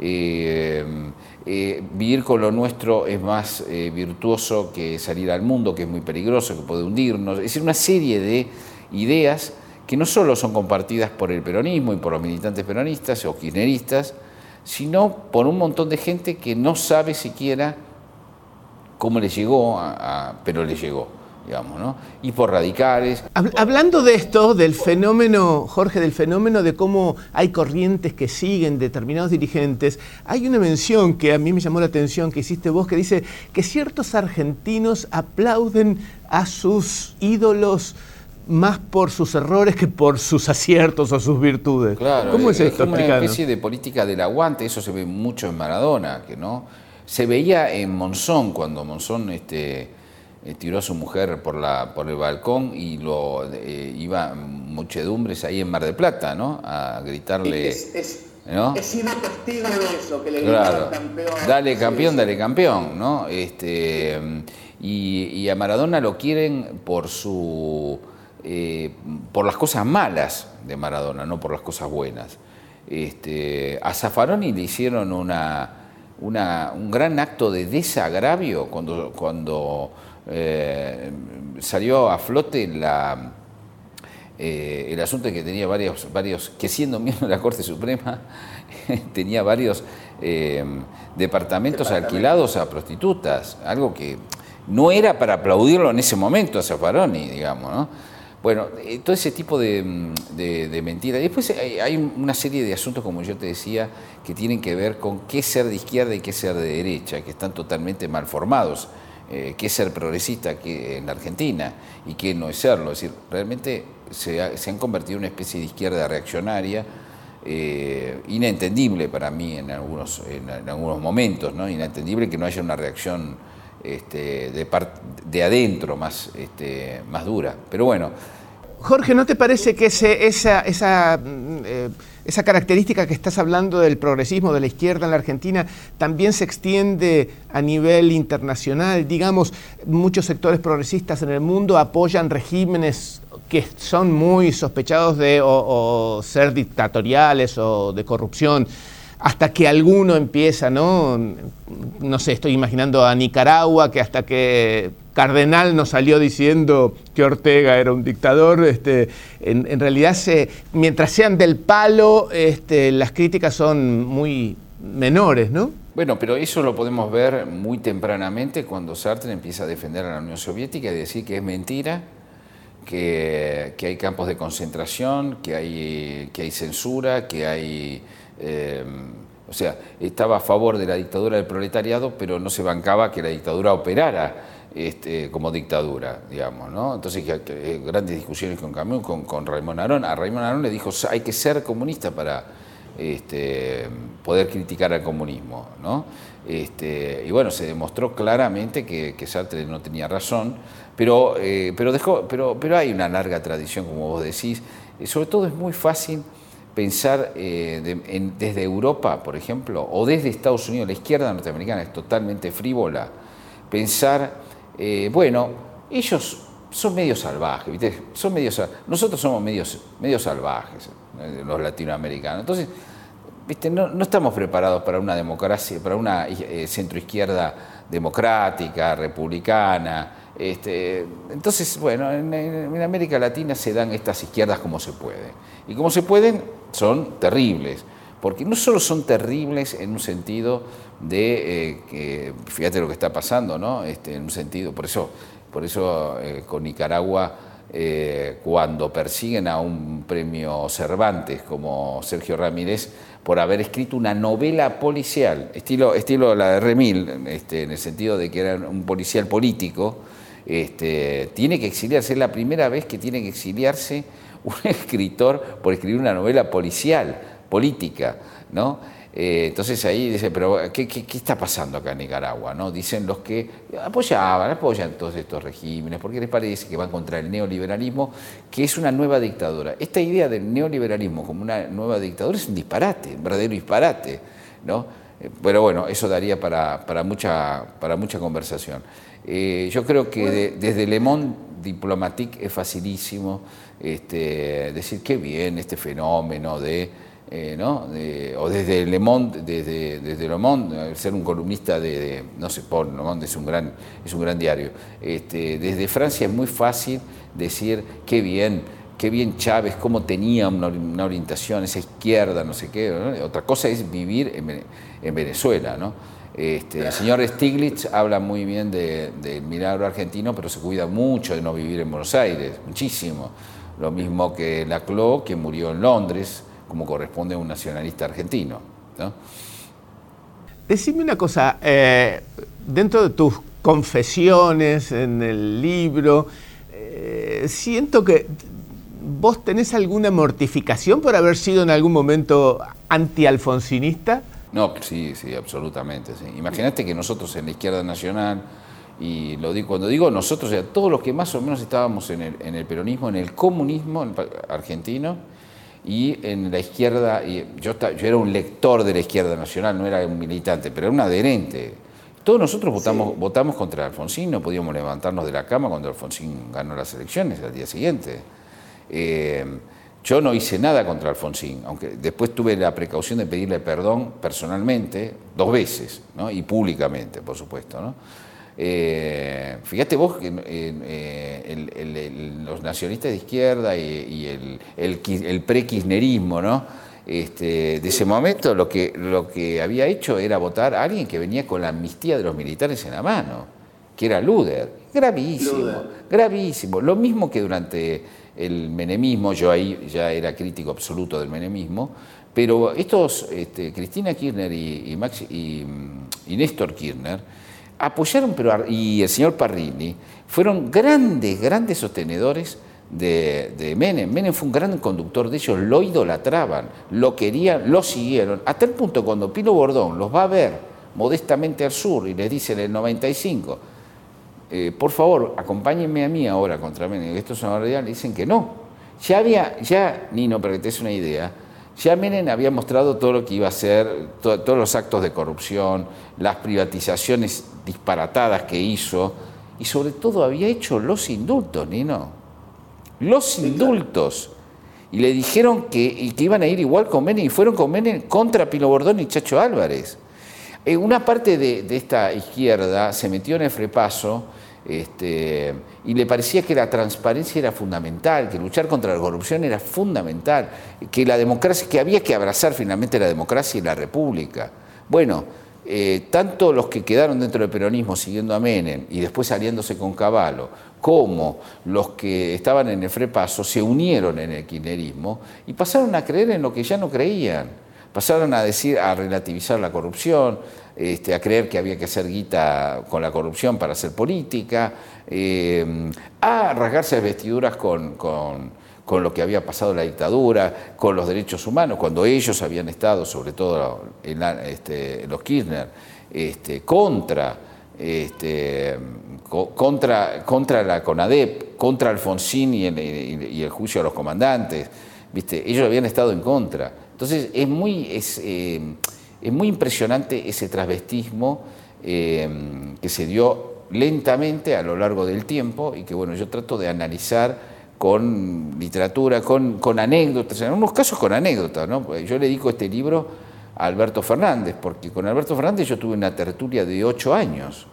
eh, eh, vivir con lo nuestro es más eh, virtuoso que salir al mundo, que es muy peligroso, que puede hundirnos, es decir, una serie de ideas que no solo son compartidas por el peronismo y por los militantes peronistas o kirchneristas, sino por un montón de gente que no sabe siquiera cómo le llegó, a, a, pero le llegó, digamos, ¿no? Y por radicales. Hablando de esto, del fenómeno, Jorge, del fenómeno de cómo hay corrientes que siguen determinados dirigentes, hay una mención que a mí me llamó la atención, que hiciste vos, que dice que ciertos argentinos aplauden a sus ídolos más por sus errores que por sus aciertos o sus virtudes. Claro, ¿Cómo es, es esto? Es una especie de política del aguante, eso se ve mucho en Maradona, que no... Se veía en Monzón, cuando Monzón este, eh, tiró a su mujer por, la, por el balcón y lo eh, iba muchedumbres ahí en Mar del Plata, ¿no? A gritarle... Es, es, ¿no? es una testigo de eso, que le claro. campeón. Dale campeón, sí, dale sí. campeón, ¿no? Este, y, y a Maradona lo quieren por su... Eh, por las cosas malas de Maradona, no por las cosas buenas. Este, a Zaffaroni le hicieron una... Una, un gran acto de desagravio cuando, cuando eh, salió a flote la, eh, el asunto de que tenía varios, varios, que siendo miembro de la Corte Suprema, tenía varios eh, departamentos alquilados a prostitutas, algo que no era para aplaudirlo en ese momento a Zaffaroni, digamos, ¿no? Bueno, todo ese tipo de, de, de mentiras. Después hay, hay una serie de asuntos, como yo te decía, que tienen que ver con qué ser de izquierda y qué ser de derecha, que están totalmente mal formados. Eh, qué ser progresista que en la Argentina y qué no es serlo. Es decir, realmente se, ha, se han convertido en una especie de izquierda reaccionaria, eh, inentendible para mí en algunos, en, en algunos momentos, ¿no? Inentendible que no haya una reacción Este, de, part, de adentro más, este, más dura. Pero bueno. Jorge, ¿no te parece que ese, esa, esa, eh, esa característica que estás hablando del progresismo, de la izquierda en la Argentina, también se extiende a nivel internacional? Digamos, muchos sectores progresistas en el mundo apoyan regímenes que son muy sospechados de o, o ser dictatoriales o de corrupción, hasta que alguno empieza, ¿no? No sé, estoy imaginando a Nicaragua, que hasta que Cardenal nos salió diciendo que Ortega era un dictador, este, en, en realidad, se, mientras sean del palo, este, las críticas son muy menores, ¿no? Bueno, pero eso lo podemos ver muy tempranamente cuando Sartre empieza a defender a la Unión Soviética y decir que es mentira, que, que hay campos de concentración, que hay, que hay censura, que hay... Eh, O sea, estaba a favor de la dictadura del proletariado, pero no se bancaba que la dictadura operara este, como dictadura, digamos, ¿no? Entonces, que, que, grandes discusiones con Camus, con, con Raymond Aron. A Raymond Aron le dijo, hay que ser comunista para este, poder criticar al comunismo, ¿no? Este, y bueno, se demostró claramente que, que Sartre no tenía razón, pero, eh, pero, dejó, pero, pero hay una larga tradición, como vos decís. Eh, sobre todo es muy fácil pensar eh, de, en, desde Europa, por ejemplo, o desde Estados Unidos, la izquierda norteamericana es totalmente frívola, pensar, eh, bueno, ellos son medio salvajes, ¿viste? Son medio, nosotros somos medios, medio salvajes, eh, los latinoamericanos. Entonces, ¿viste? No, no estamos preparados para una democracia, para una eh, centroizquierda democrática, republicana. Este, entonces, bueno, en, en América Latina se dan estas izquierdas como se puede. Y como se pueden, son terribles. Porque no solo son terribles en un sentido de, eh, que, fíjate lo que está pasando, ¿no? Este, en un sentido, por eso, por eso eh, con Nicaragua, eh, cuando persiguen a un premio Cervantes como Sergio Ramírez, por haber escrito una novela policial, estilo, estilo la de Remil, este, en el sentido de que era un policial político, este, tiene que exiliarse. Es la primera vez que tiene que exiliarse un escritor por escribir una novela policial, política, ¿no? Eh, entonces ahí dice, pero ¿qué, qué, qué está pasando acá en Nicaragua, ¿no? Dicen los que apoyaban, apoyan todos estos regímenes, porque les parece que van contra el neoliberalismo, que es una nueva dictadura. Esta idea del neoliberalismo como una nueva dictadura es un disparate, un verdadero disparate, ¿no? Eh, pero bueno, eso daría para, para, mucha, para mucha conversación. Eh, yo creo que de, desde Le Monde Diplomatique es facilísimo este, decir qué bien este fenómeno de... Eh, ¿no? de, o desde Le Monde, desde, desde Le Monde, ser un columnista de, de no sé, por Le Monde es un gran, es un gran diario. Este, desde Francia es muy fácil decir qué bien, qué bien Chávez, cómo tenía una, una orientación, esa izquierda, no sé qué, ¿no? Otra cosa es vivir en, en Venezuela, ¿no? Este, el señor Stiglitz habla muy bien del de milagro argentino, pero se cuida mucho de no vivir en Buenos Aires, muchísimo. Lo mismo que Laclau, que murió en Londres, como corresponde a un nacionalista argentino, ¿no? Decime una cosa, eh, dentro de tus confesiones en el libro, eh, siento que vos tenés alguna mortificación por haber sido en algún momento antialfonsinista. No, sí, sí, absolutamente. Sí. Imagínate que nosotros en la izquierda nacional, y lo digo, cuando digo nosotros, o sea, todos los que más o menos estábamos en el, en el peronismo, en el comunismo argentino, y en la izquierda, y yo, yo era un lector de la izquierda nacional, no era un militante, pero era un adherente. Todos nosotros votamos, sí. votamos contra Alfonsín, no podíamos levantarnos de la cama cuando Alfonsín ganó las elecciones al día siguiente. Eh, yo no hice nada contra Alfonsín, aunque después tuve la precaución de pedirle perdón personalmente, dos veces, ¿no? Y públicamente, por supuesto, ¿no? Eh, fíjate vos que eh, el, el, el, los nacionalistas de izquierda y, y el, el, el pre-kirchnerismo, ¿no? Este, de ese momento lo que, lo que había hecho era votar a alguien que venía con la amnistía de los militares en la mano, que era Luder. Gravísimo, Luder. gravísimo. Lo mismo que durante el menemismo, yo ahí ya era crítico absoluto del menemismo, pero estos, este, Cristina Kirchner y, y, Max, y, y Néstor Kirchner, apoyaron, pero, y el señor Parrini, fueron grandes, grandes sostenedores de, de Menem. Menem fue un gran conductor de ellos, lo idolatraban, lo querían, lo siguieron, hasta el punto cuando Pino Bordón los va a ver modestamente al sur y les dice en el noventa y cinco, eh, por favor, acompáñenme a mí ahora contra Menem, esto es una realidad, le dicen que no. Ya había, ya, Nino, para que te des una idea, ya Menem había mostrado todo lo que iba a hacer, to, todos los actos de corrupción, las privatizaciones disparatadas que hizo, y sobre todo había hecho los indultos, Nino. Los indultos. Y le dijeron que, y que iban a ir igual con Menem, y fueron con Menem contra Pino Bordón y Chacho Álvarez. Eh, una parte de, de esta izquierda se metió en el frepaso, Este, y le parecía que la transparencia era fundamental, que luchar contra la corrupción era fundamental, que la democracia, que había que abrazar finalmente la democracia y la república. Bueno, eh, tanto los que quedaron dentro del peronismo siguiendo a Menem y después aliándose con Cavallo, como los que estaban en el frepaso se unieron en el kirchnerismo y pasaron a creer en lo que ya no creían. pasaron a decir, a relativizar la corrupción, este, a creer que había que hacer guita con la corrupción para hacer política, eh, a rasgarse las vestiduras con, con, con lo que había pasado en la dictadura, con los derechos humanos, cuando ellos habían estado, sobre todo en, la, este, en los Kirchner, este, contra, este, co, contra, contra la CONADEP, contra Alfonsín y el, y el juicio a los comandantes, ¿viste? Ellos habían estado en contra. Entonces es muy, es, eh, es muy impresionante ese transvestismo eh, que se dio lentamente a lo largo del tiempo y que bueno, yo trato de analizar con literatura, con, con anécdotas, en algunos casos con anécdotas, ¿no? Yo le dedico este libro a Alberto Fernández, porque con Alberto Fernández yo tuve una tertulia de ocho años.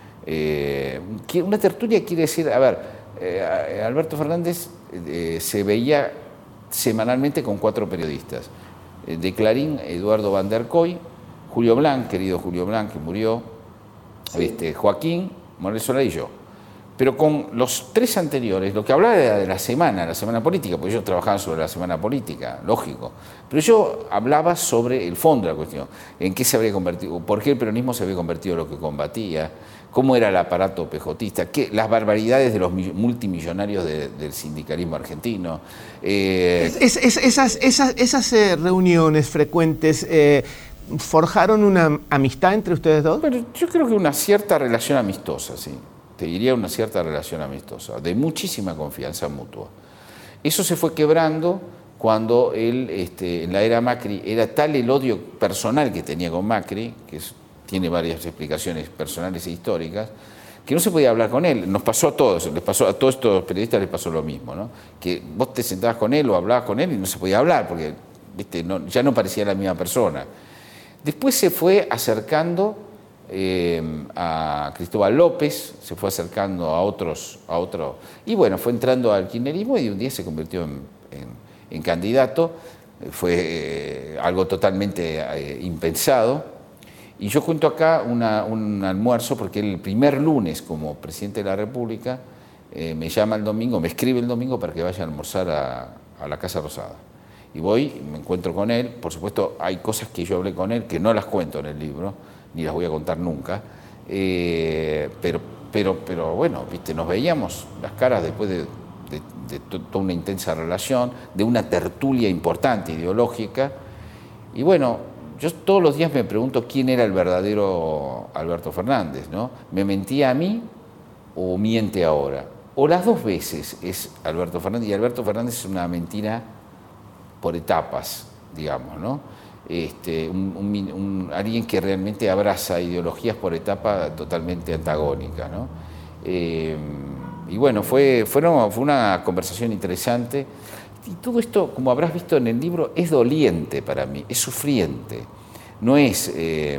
Eh, una tertulia quiere decir, a ver, eh, Alberto Fernández eh, se veía semanalmente con cuatro periodistas. De Clarín, Eduardo Van der Koy, Julio Blanc, querido Julio Blanc, que murió, sí. este, Joaquín, Morales Solá y yo. Pero con los tres anteriores, lo que hablaba era de la semana, la semana política, porque ellos trabajaban sobre la semana política, lógico. Pero yo hablaba sobre el fondo de la cuestión, en qué se habría convertido, por qué el peronismo se había convertido en lo que combatía, cómo era el aparato pejotista, qué, las barbaridades de los multimillonarios de, del sindicalismo argentino. Eh, es, es, esas esas, esas eh, reuniones frecuentes eh, forjaron una amistad entre ustedes dos. Bueno, yo creo que una cierta relación amistosa, sí. Te diría una cierta relación amistosa, de muchísima confianza mutua. Eso se fue quebrando cuando él, este, en la era Macri, era tal el odio personal que tenía con Macri, que es, tiene varias explicaciones personales e históricas, que no se podía hablar con él. Nos pasó a todos, les pasó a todos estos periodistas les pasó lo mismo, ¿no? Que vos te sentabas con él o hablabas con él y no se podía hablar, porque ¿viste? No, ya no parecía la misma persona. Después se fue acercando eh, a Cristóbal López, se fue acercando a otros, a otro, y bueno, fue entrando al kirchnerismo y un día se convirtió en, en, en candidato. Fue eh, algo totalmente eh, impensado. Y yo cuento acá una, un almuerzo, porque el primer lunes como presidente de la República eh, me llama el domingo, me escribe el domingo para que vaya a almorzar a, a la Casa Rosada. Y voy, me encuentro con él, por supuesto hay cosas que yo hablé con él que no las cuento en el libro, ni las voy a contar nunca, eh, pero, pero, pero bueno, viste, nos veíamos las caras después de, de, de toda una intensa relación, de una tertulia importante, ideológica, y bueno, yo todos los días me pregunto quién era el verdadero Alberto Fernández, ¿no? ¿Me mentía a mí o miente ahora? O las dos veces es Alberto Fernández, y Alberto Fernández es una mentira por etapas, digamos, ¿no? Este, un, un, un, alguien que realmente abraza ideologías por etapas totalmente antagónicas, ¿no? Eh, y bueno, fue, fueron, fue una conversación interesante. Y todo esto, como habrás visto en el libro, es doliente para mí, es sufriente. No es eh,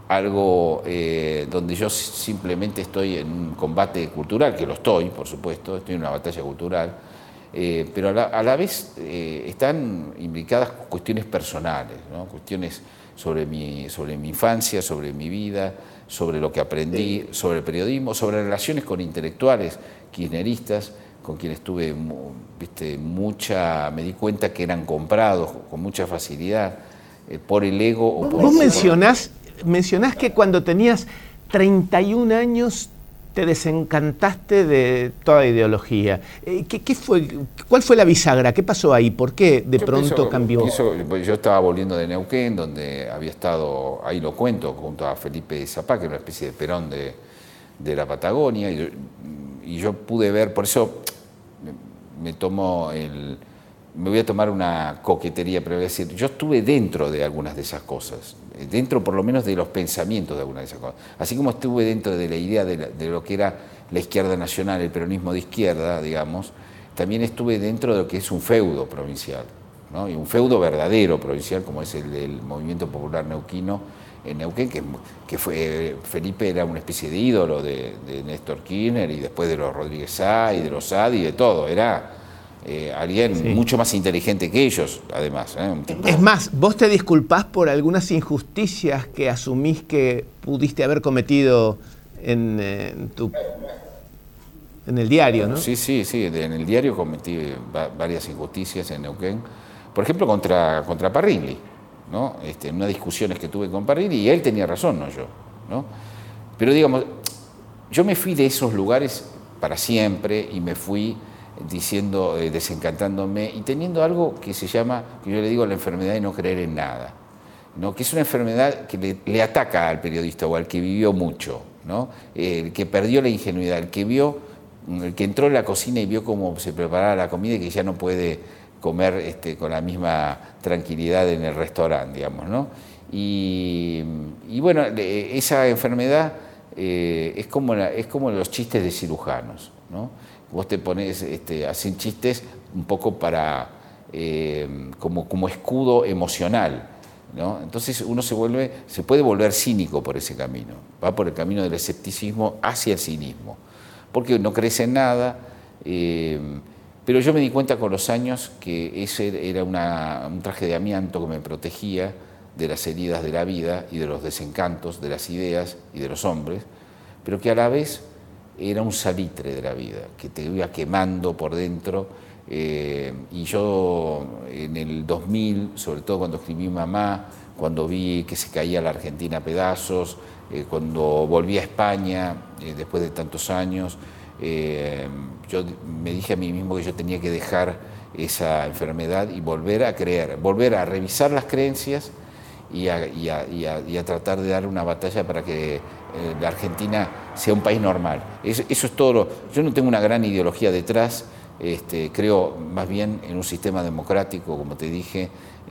algo eh, donde yo simplemente estoy en un combate cultural, que lo estoy, por supuesto, estoy en una batalla cultural, eh, pero a la, a la vez eh, están implicadas cuestiones personales, ¿no? Cuestiones sobre mi, sobre mi infancia, sobre mi vida, sobre lo que aprendí, sobre el periodismo, sobre relaciones con intelectuales kirchneristas, con quienes tuve, viste, mucha, me di cuenta que eran comprados con mucha facilidad eh, por el ego. O por Vos el mencionás, mencionás que cuando tenías treinta y un años te desencantaste de toda ideología. Eh, ¿qué, qué fue, ¿Cuál fue la bisagra? ¿Qué pasó ahí? ¿Por qué de yo pronto pienso, cambió? Pienso, yo estaba volviendo de Neuquén, donde había estado, ahí lo cuento, junto a Felipe Zapá, que era una especie de Perón de, de la Patagonia, y yo, y yo pude ver, por eso me, me tomo el... Me voy a tomar una coquetería, pero voy a decir, yo estuve dentro de algunas de esas cosas, dentro por lo menos de los pensamientos de algunas de esas cosas. Así como estuve dentro de la idea de, la, de lo que era la izquierda nacional, el peronismo de izquierda, digamos, también estuve dentro de lo que es un feudo provincial, ¿no? Y un feudo verdadero provincial, como es el del Movimiento Popular Neuquino en Neuquén, que, que fue, Felipe era una especie de ídolo de, de Néstor Kirchner y después de los Rodríguez Sá y de los Sá y de todo, era... Eh, alguien sí. mucho más inteligente que ellos, además. ¿eh? Un tipo... Es más, vos te disculpás por algunas injusticias que asumís que pudiste haber cometido en, en, tu, en el diario, ¿no? Sí, sí, sí. En el diario cometí varias injusticias en Neuquén. Por ejemplo, contra, contra Parrilli. ¿no? Este, en unas discusiones que tuve con Parrilli, y él tenía razón, no yo, ¿no? Pero digamos, yo me fui de esos lugares para siempre y me fui diciendo, eh, desencantándome y teniendo algo que se llama, que yo le digo, la enfermedad de no creer en nada, ¿no? Que es una enfermedad que le, le ataca al periodista o al que vivió mucho, ¿no? El que perdió la ingenuidad, el que vio, el que entró en la cocina y vio cómo se preparaba la comida y que ya no puede comer este, con la misma tranquilidad en el restaurante, digamos, ¿no? Y, y bueno, esa enfermedad eh, es, como la, es como los chistes de cirujanos, ¿no? Vos te pones, este, hacen chistes un poco para, eh, como, como escudo emocional, ¿no? Entonces uno se vuelve, se puede volver cínico por ese camino, va por el camino del escepticismo hacia el cinismo, porque no crees en nada, eh, pero yo me di cuenta con los años que ese era una, un traje de amianto que me protegía de las heridas de la vida y de los desencantos de las ideas y de los hombres, pero que a la vez era un salitre de la vida, que te iba quemando por dentro. Eh, y yo en el dos mil, sobre todo cuando escribí Mamá, cuando vi que se caía la Argentina a pedazos, eh, cuando volví a España eh, después de tantos años, eh, yo me dije a mí mismo que yo tenía que dejar esa enfermedad y volver a creer, volver a revisar las creencias y a, y a, y a, y a tratar de dar una batalla para que eh, la Argentina sea un país normal. Eso, eso es todo. Lo, yo no tengo una gran ideología detrás. Este, creo más bien en un sistema democrático, como te dije,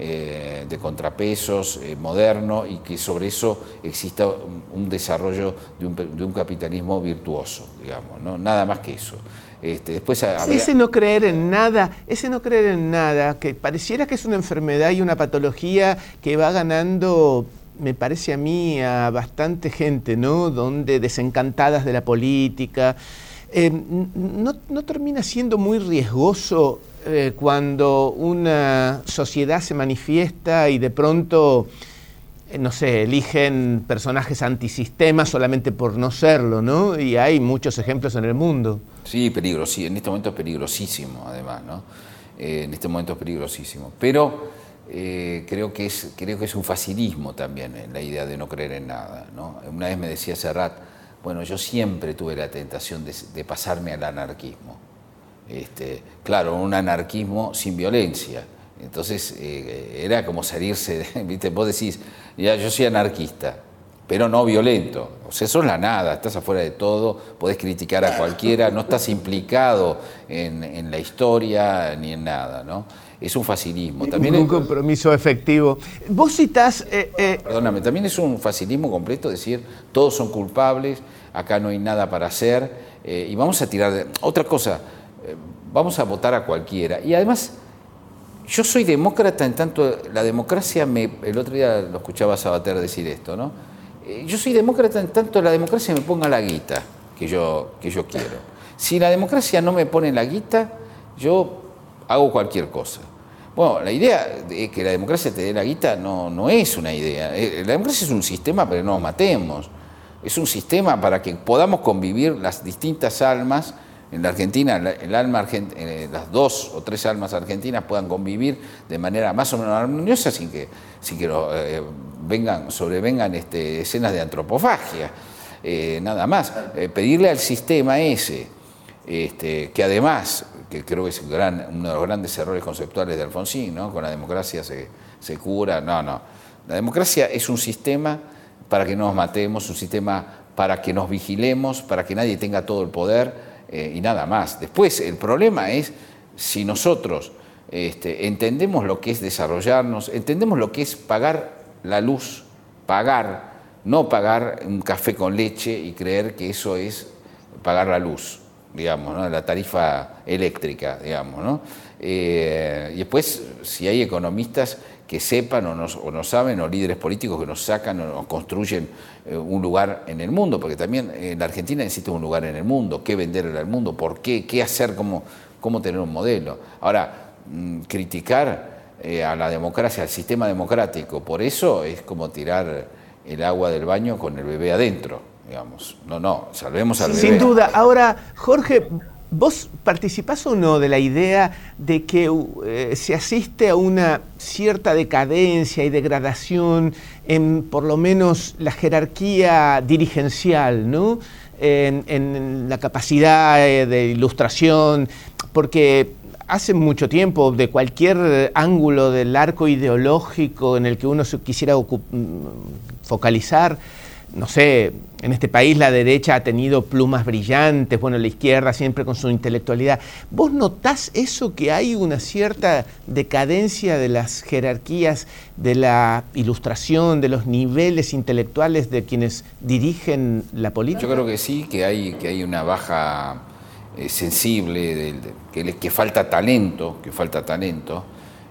eh, de contrapesos, eh, moderno, y que sobre eso exista un, un desarrollo de un, de un capitalismo virtuoso, digamos, ¿no? Nada más que eso. Este, después habría... Ese no creer en nada, ese no creer en nada, que pareciera que es una enfermedad y una patología que va ganando, me parece a mí, a bastante gente, ¿no? Donde desencantadas de la política. Eh, no, ¿No termina siendo muy riesgoso eh, cuando una sociedad se manifiesta y de pronto, eh, no sé, eligen personajes antisistema solamente por no serlo, ¿no? Y hay muchos ejemplos en el mundo. Sí, peligro, sí, en este momento es peligrosísimo, además, ¿no? Eh, en este momento es peligrosísimo. Pero eh, creo, que es, creo que es un facilismo también, eh, la idea de no creer en nada, ¿no? Una vez me decía Serrat, bueno, yo siempre tuve la tentación de, de pasarme al anarquismo. Este, claro, un anarquismo sin violencia. Entonces, eh, era como salirse, de, ¿viste? Vos decís, ya, yo soy anarquista, pero no violento. O sea, sos la nada, estás afuera de todo, podés criticar a cualquiera, no estás implicado en, en la historia ni en nada, ¿no? Es un facilismo. También un es, compromiso efectivo. Vos citás... Eh, eh... Perdóname, también es un facilismo completo decir, todos son culpables, acá no hay nada para hacer, eh, y vamos a tirar... De... Otra cosa, eh, vamos a votar a cualquiera. Y además, yo soy demócrata en tanto... La democracia, me, el otro día lo escuchaba a Sabater decir esto, ¿no? Eh, yo soy demócrata en tanto la democracia me ponga la guita que yo, que yo quiero. Si la democracia no me pone la guita, yo hago cualquier cosa. Bueno, la idea de que la democracia te dé la guita no, no es una idea. La democracia es un sistema para que no nos matemos. Es un sistema para que podamos convivir las distintas almas. En la Argentina, el alma argent... las dos o tres almas argentinas puedan convivir de manera más o menos armoniosa sin que, sin que lo, eh, vengan, sobrevengan este, escenas de antropofagia. Eh, nada más. Eh, pedirle al sistema ese, este, que además... que creo que es gran, uno de los grandes errores conceptuales de Alfonsín, ¿no? Con la democracia se, se cura. No, no. La democracia es un sistema para que no nos matemos, un sistema para que nos vigilemos, para que nadie tenga todo el poder eh, y nada más. Después, el problema es si nosotros este, entendemos lo que es desarrollarnos, entendemos lo que es pagar la luz, pagar, no pagar un café con leche y creer que eso es pagar la luz, digamos, ¿no? La tarifa eléctrica, digamos, ¿no? Eh, y después, si hay economistas que sepan o no, o no saben, o líderes políticos que nos sacan o nos construyen eh, un lugar en el mundo, porque también eh, la Argentina necesita un lugar en el mundo, qué venderle al mundo, por qué, qué hacer, cómo, cómo tener un modelo. Ahora, mmm, criticar eh, a la democracia, al sistema democrático, por eso es como tirar el agua del baño con el bebé adentro. Digamos. No, no, salvemos al bebé. Sin duda. Ahora, Jorge, ¿Vos participás o no de la idea de que eh, se asiste a una cierta decadencia y degradación en por lo menos la jerarquía dirigencial, ¿no? en, en la capacidad de ilustración? Porque hace mucho tiempo, de cualquier ángulo del arco ideológico en el que uno se quisiera focalizar, no sé, en este país la derecha ha tenido plumas brillantes, bueno, la izquierda siempre con su intelectualidad. ¿Vos notás eso, que hay una cierta decadencia de las jerarquías, de la ilustración, de los niveles intelectuales de quienes dirigen la política? Yo creo que sí, que hay, que hay una baja eh, sensible, de, de, que, que falta talento, que falta talento.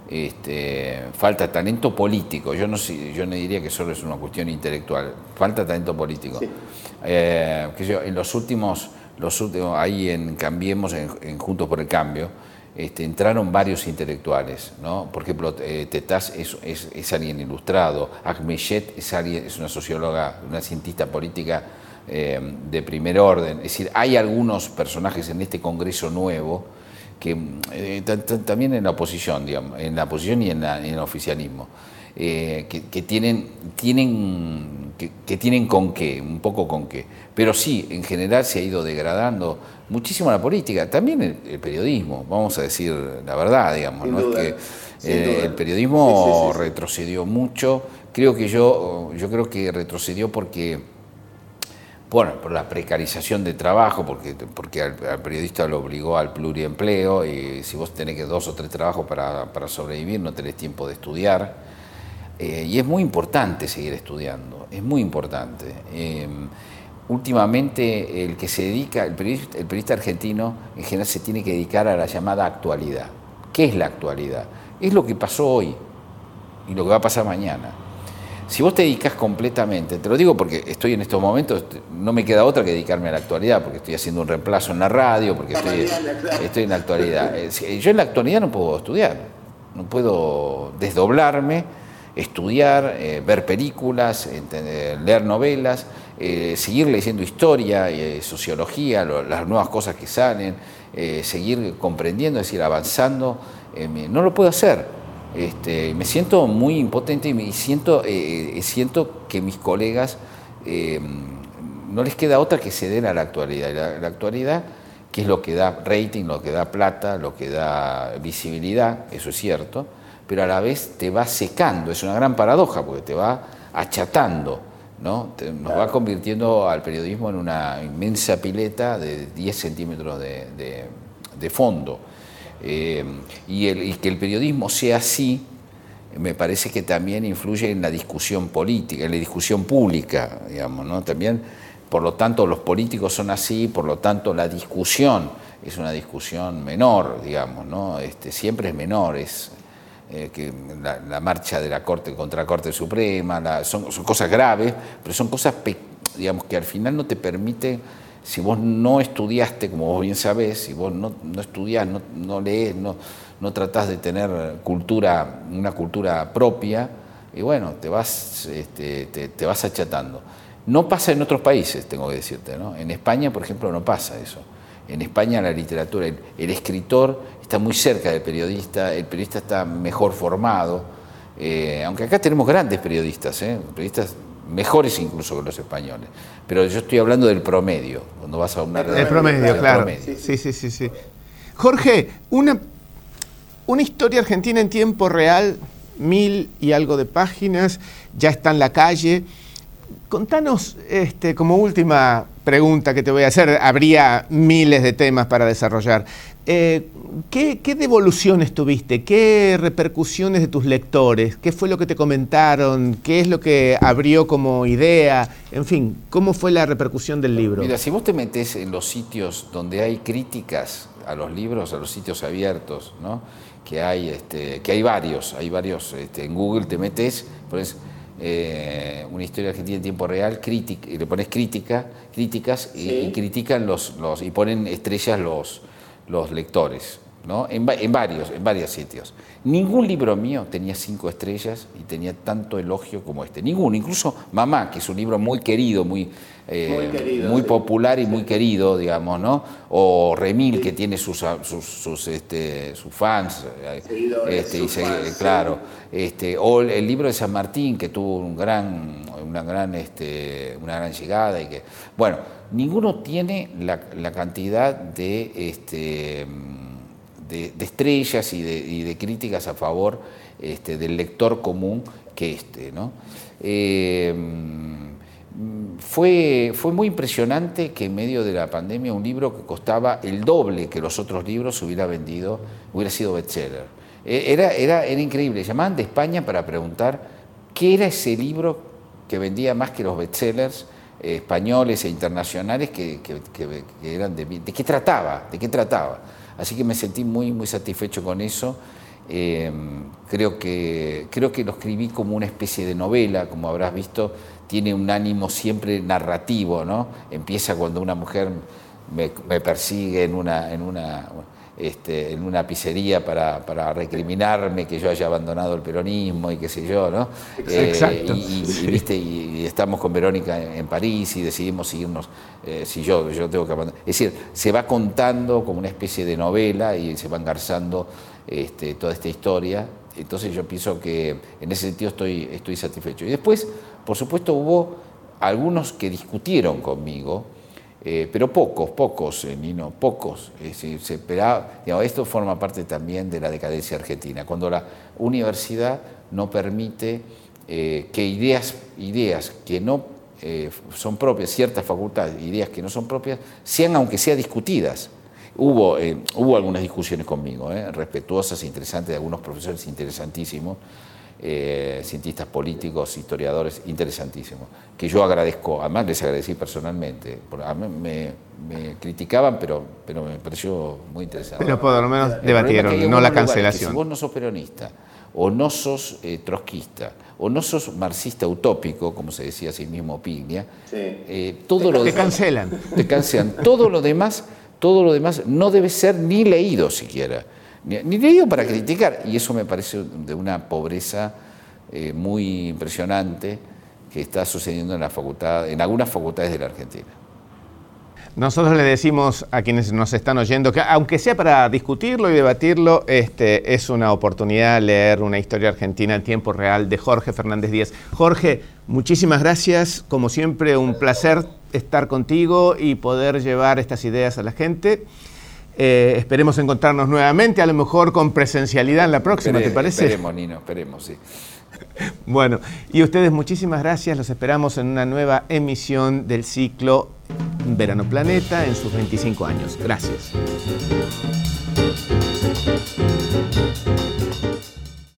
Este, falta talento político. Yo no, yo no diría que solo es una cuestión intelectual, falta talento político. Sí. Eh, que yo, en los últimos, los últimos, ahí en Cambiemos, en, en Juntos por el Cambio, este, entraron varios intelectuales, ¿no? Por ejemplo, eh, Tetaz es, es, es alguien ilustrado, Ahmeyet es, alguien, es una socióloga, una cientista política eh, de primer orden. Es decir, hay algunos personajes en este Congreso nuevo que eh, también en la oposición, digamos, en la oposición y en, la, en el oficialismo, eh, que, que tienen, tienen, que, que tienen con qué, un poco con qué. Pero sí, en general se ha ido degradando muchísimo la política, también el, el periodismo, vamos a decir la verdad, digamos, ¿no? Es que eh, el periodismo sí, sí, sí, sí. retrocedió mucho. Creo que yo, yo creo que retrocedió porque Bueno, por la precarización de trabajo, porque, porque al, al periodista lo obligó al pluriempleo, y si vos tenés que dos o tres trabajos para, para sobrevivir, no tenés tiempo de estudiar. Eh, y es muy importante seguir estudiando, es muy importante. Eh, últimamente el que se dedica, el periodista, el periodista argentino en general se tiene que dedicar a la llamada actualidad. ¿Qué es la actualidad? Es lo que pasó hoy y lo que va a pasar mañana. Si vos te dedicás completamente, te lo digo porque estoy en estos momentos, no me queda otra que dedicarme a la actualidad, porque estoy haciendo un reemplazo en la radio, porque estoy, estoy en la actualidad. Yo en la actualidad no puedo estudiar, no puedo desdoblarme, estudiar, eh, ver películas, entender, leer novelas, eh, seguir leyendo historia, eh, sociología, lo, las nuevas cosas que salen, eh, seguir comprendiendo, es decir, avanzando. Eh, no lo puedo hacer. Este, me siento muy impotente y me siento, eh, siento que mis colegas eh, no les queda otra que ceder a la actualidad. La, la actualidad, que es lo que da rating, lo que da plata, lo que da visibilidad, eso es cierto, pero a la vez te va secando, es una gran paradoja porque te va achatando, ¿no? Te, nos va convirtiendo al periodismo en una inmensa pileta de diez centímetros de, de, de fondo. Eh, y, el, y que el periodismo sea así, me parece que también influye en la discusión política, en la discusión pública, digamos, ¿no? También, por lo tanto, los políticos son así, por lo tanto, la discusión es una discusión menor, digamos, ¿no? Este, siempre es menor, es eh, que la, la marcha de la Corte contra la Corte Suprema, la, son, son cosas graves, pero son cosas, digamos, que al final no te permiten. Si vos no estudiaste, como vos bien sabés, si vos no, no estudiás, no, no lees, no, no tratás de tener cultura, una cultura propia, y bueno, te vas, este, te, te vas achatando. No pasa en otros países, tengo que decirte, ¿no? En España, por ejemplo, no pasa eso. En España la literatura, el, el escritor está muy cerca del periodista, el periodista está mejor formado, eh, aunque acá tenemos grandes periodistas, ¿eh? periodistas mejores incluso que los españoles, pero yo estoy hablando del promedio, cuando vas a una el promedio, claro. Promedio. Sí, sí, sí, sí. Jorge, una, una historia argentina en tiempo real, mil y algo de páginas, ya está en la calle. Contanos, este, como última pregunta que te voy a hacer, habría miles de temas para desarrollar. Eh, ¿qué, ¿Qué devoluciones tuviste? ¿Qué repercusiones de tus lectores? ¿Qué fue lo que te comentaron? ¿Qué es lo que abrió como idea? En fin, ¿cómo fue la repercusión del libro? Mira, si vos te metés en los sitios donde hay críticas a los libros, a los sitios abiertos, ¿no? Que hay, este, que hay varios, hay varios, este, en Google te metes, pones eh, una historia argentina en tiempo real, crítica, y le pones crítica, críticas, sí. y, y critican los, los, y ponen estrellas los los lectores, ¿no? En, en varios, en varios sitios. Ningún libro mío tenía cinco estrellas y tenía tanto elogio como este. Ninguno, incluso Mamá, que es un libro muy querido, muy, eh, muy, querido, muy sí. popular y sí. muy querido, digamos, ¿no? O Remil, sí. que tiene sus, sus, sus, este, sus fans, Seguidores, este, sus y fans, claro. Sí. Este, o el libro de San Martín, que tuvo un gran, una, gran, este, una gran llegada. Y que, bueno, ninguno tiene la, la cantidad de... Este, De, de estrellas y de, y de críticas a favor este, del lector común que este, ¿no? Eh, fue, fue muy impresionante que en medio de la pandemia un libro que costaba el doble que los otros libros hubiera vendido, hubiera sido bestseller. Era, era, era increíble. Llamaban de España para preguntar qué era ese libro que vendía más que los bestsellers eh, españoles e internacionales que, que, que, que eran de, de qué trataba, de qué trataba. Así que me sentí muy, muy satisfecho con eso. Eh, creo que, creo que lo escribí como una especie de novela, como habrás visto, tiene un ánimo siempre narrativo, ¿no? Empieza cuando una mujer me, me persigue en una, en una, este, en una pizzería para, para recriminarme que yo haya abandonado el peronismo y qué sé yo, ¿no? Exacto. Eh, y, y, sí. y, ¿viste? Y, y estamos con Verónica en, en París y decidimos seguirnos, eh, si yo, yo tengo que abandonar. Es decir, se va contando como una especie de novela y se va engarzando este, toda esta historia. Entonces yo pienso que en ese sentido estoy, estoy satisfecho. Y después, por supuesto, hubo algunos que discutieron conmigo, Eh, pero pocos, pocos, eh, Nino, pocos. Eh, se, se esperaba, digamos, esto forma parte también de la decadencia argentina, cuando la universidad no permite eh, que ideas, ideas que no eh, son propias, ciertas facultades, ideas que no son propias, sean aunque sea discutidas. Hubo, eh, hubo algunas discusiones conmigo, eh, respetuosas e interesantes, de algunos profesores interesantísimos, Eh, cientistas políticos, historiadores interesantísimos, que yo agradezco, además les agradecí personalmente. A mí me, me criticaban, pero, pero me pareció muy interesante. Pero por lo menos debatieron, no la cancelación. Si vos no sos peronista, o no sos eh, trotskista, o no sos marxista utópico, como se decía así mismo Piglia, sí. eh, todo te, lo te demás, cancelan. Te cancelan. Todo lo demás, todo lo demás no debe ser ni leído siquiera. Ni leído para criticar, y eso me parece de una pobreza eh, muy impresionante que está sucediendo en la facultad, en algunas facultades de la Argentina. Nosotros le decimos a quienes nos están oyendo que, aunque sea para discutirlo y debatirlo, este, es una oportunidad leer una historia argentina en tiempo real de Jorge Fernández Díaz. Jorge, muchísimas gracias, como siempre un placer estar contigo y poder llevar estas ideas a la gente. Eh, esperemos encontrarnos nuevamente, a lo mejor con presencialidad en la próxima, Espere, ¿te parece? Esperemos, Nino, esperemos, sí. Bueno, y ustedes muchísimas gracias, los esperamos en una nueva emisión del ciclo Verano Planeta en sus veinticinco años. Gracias.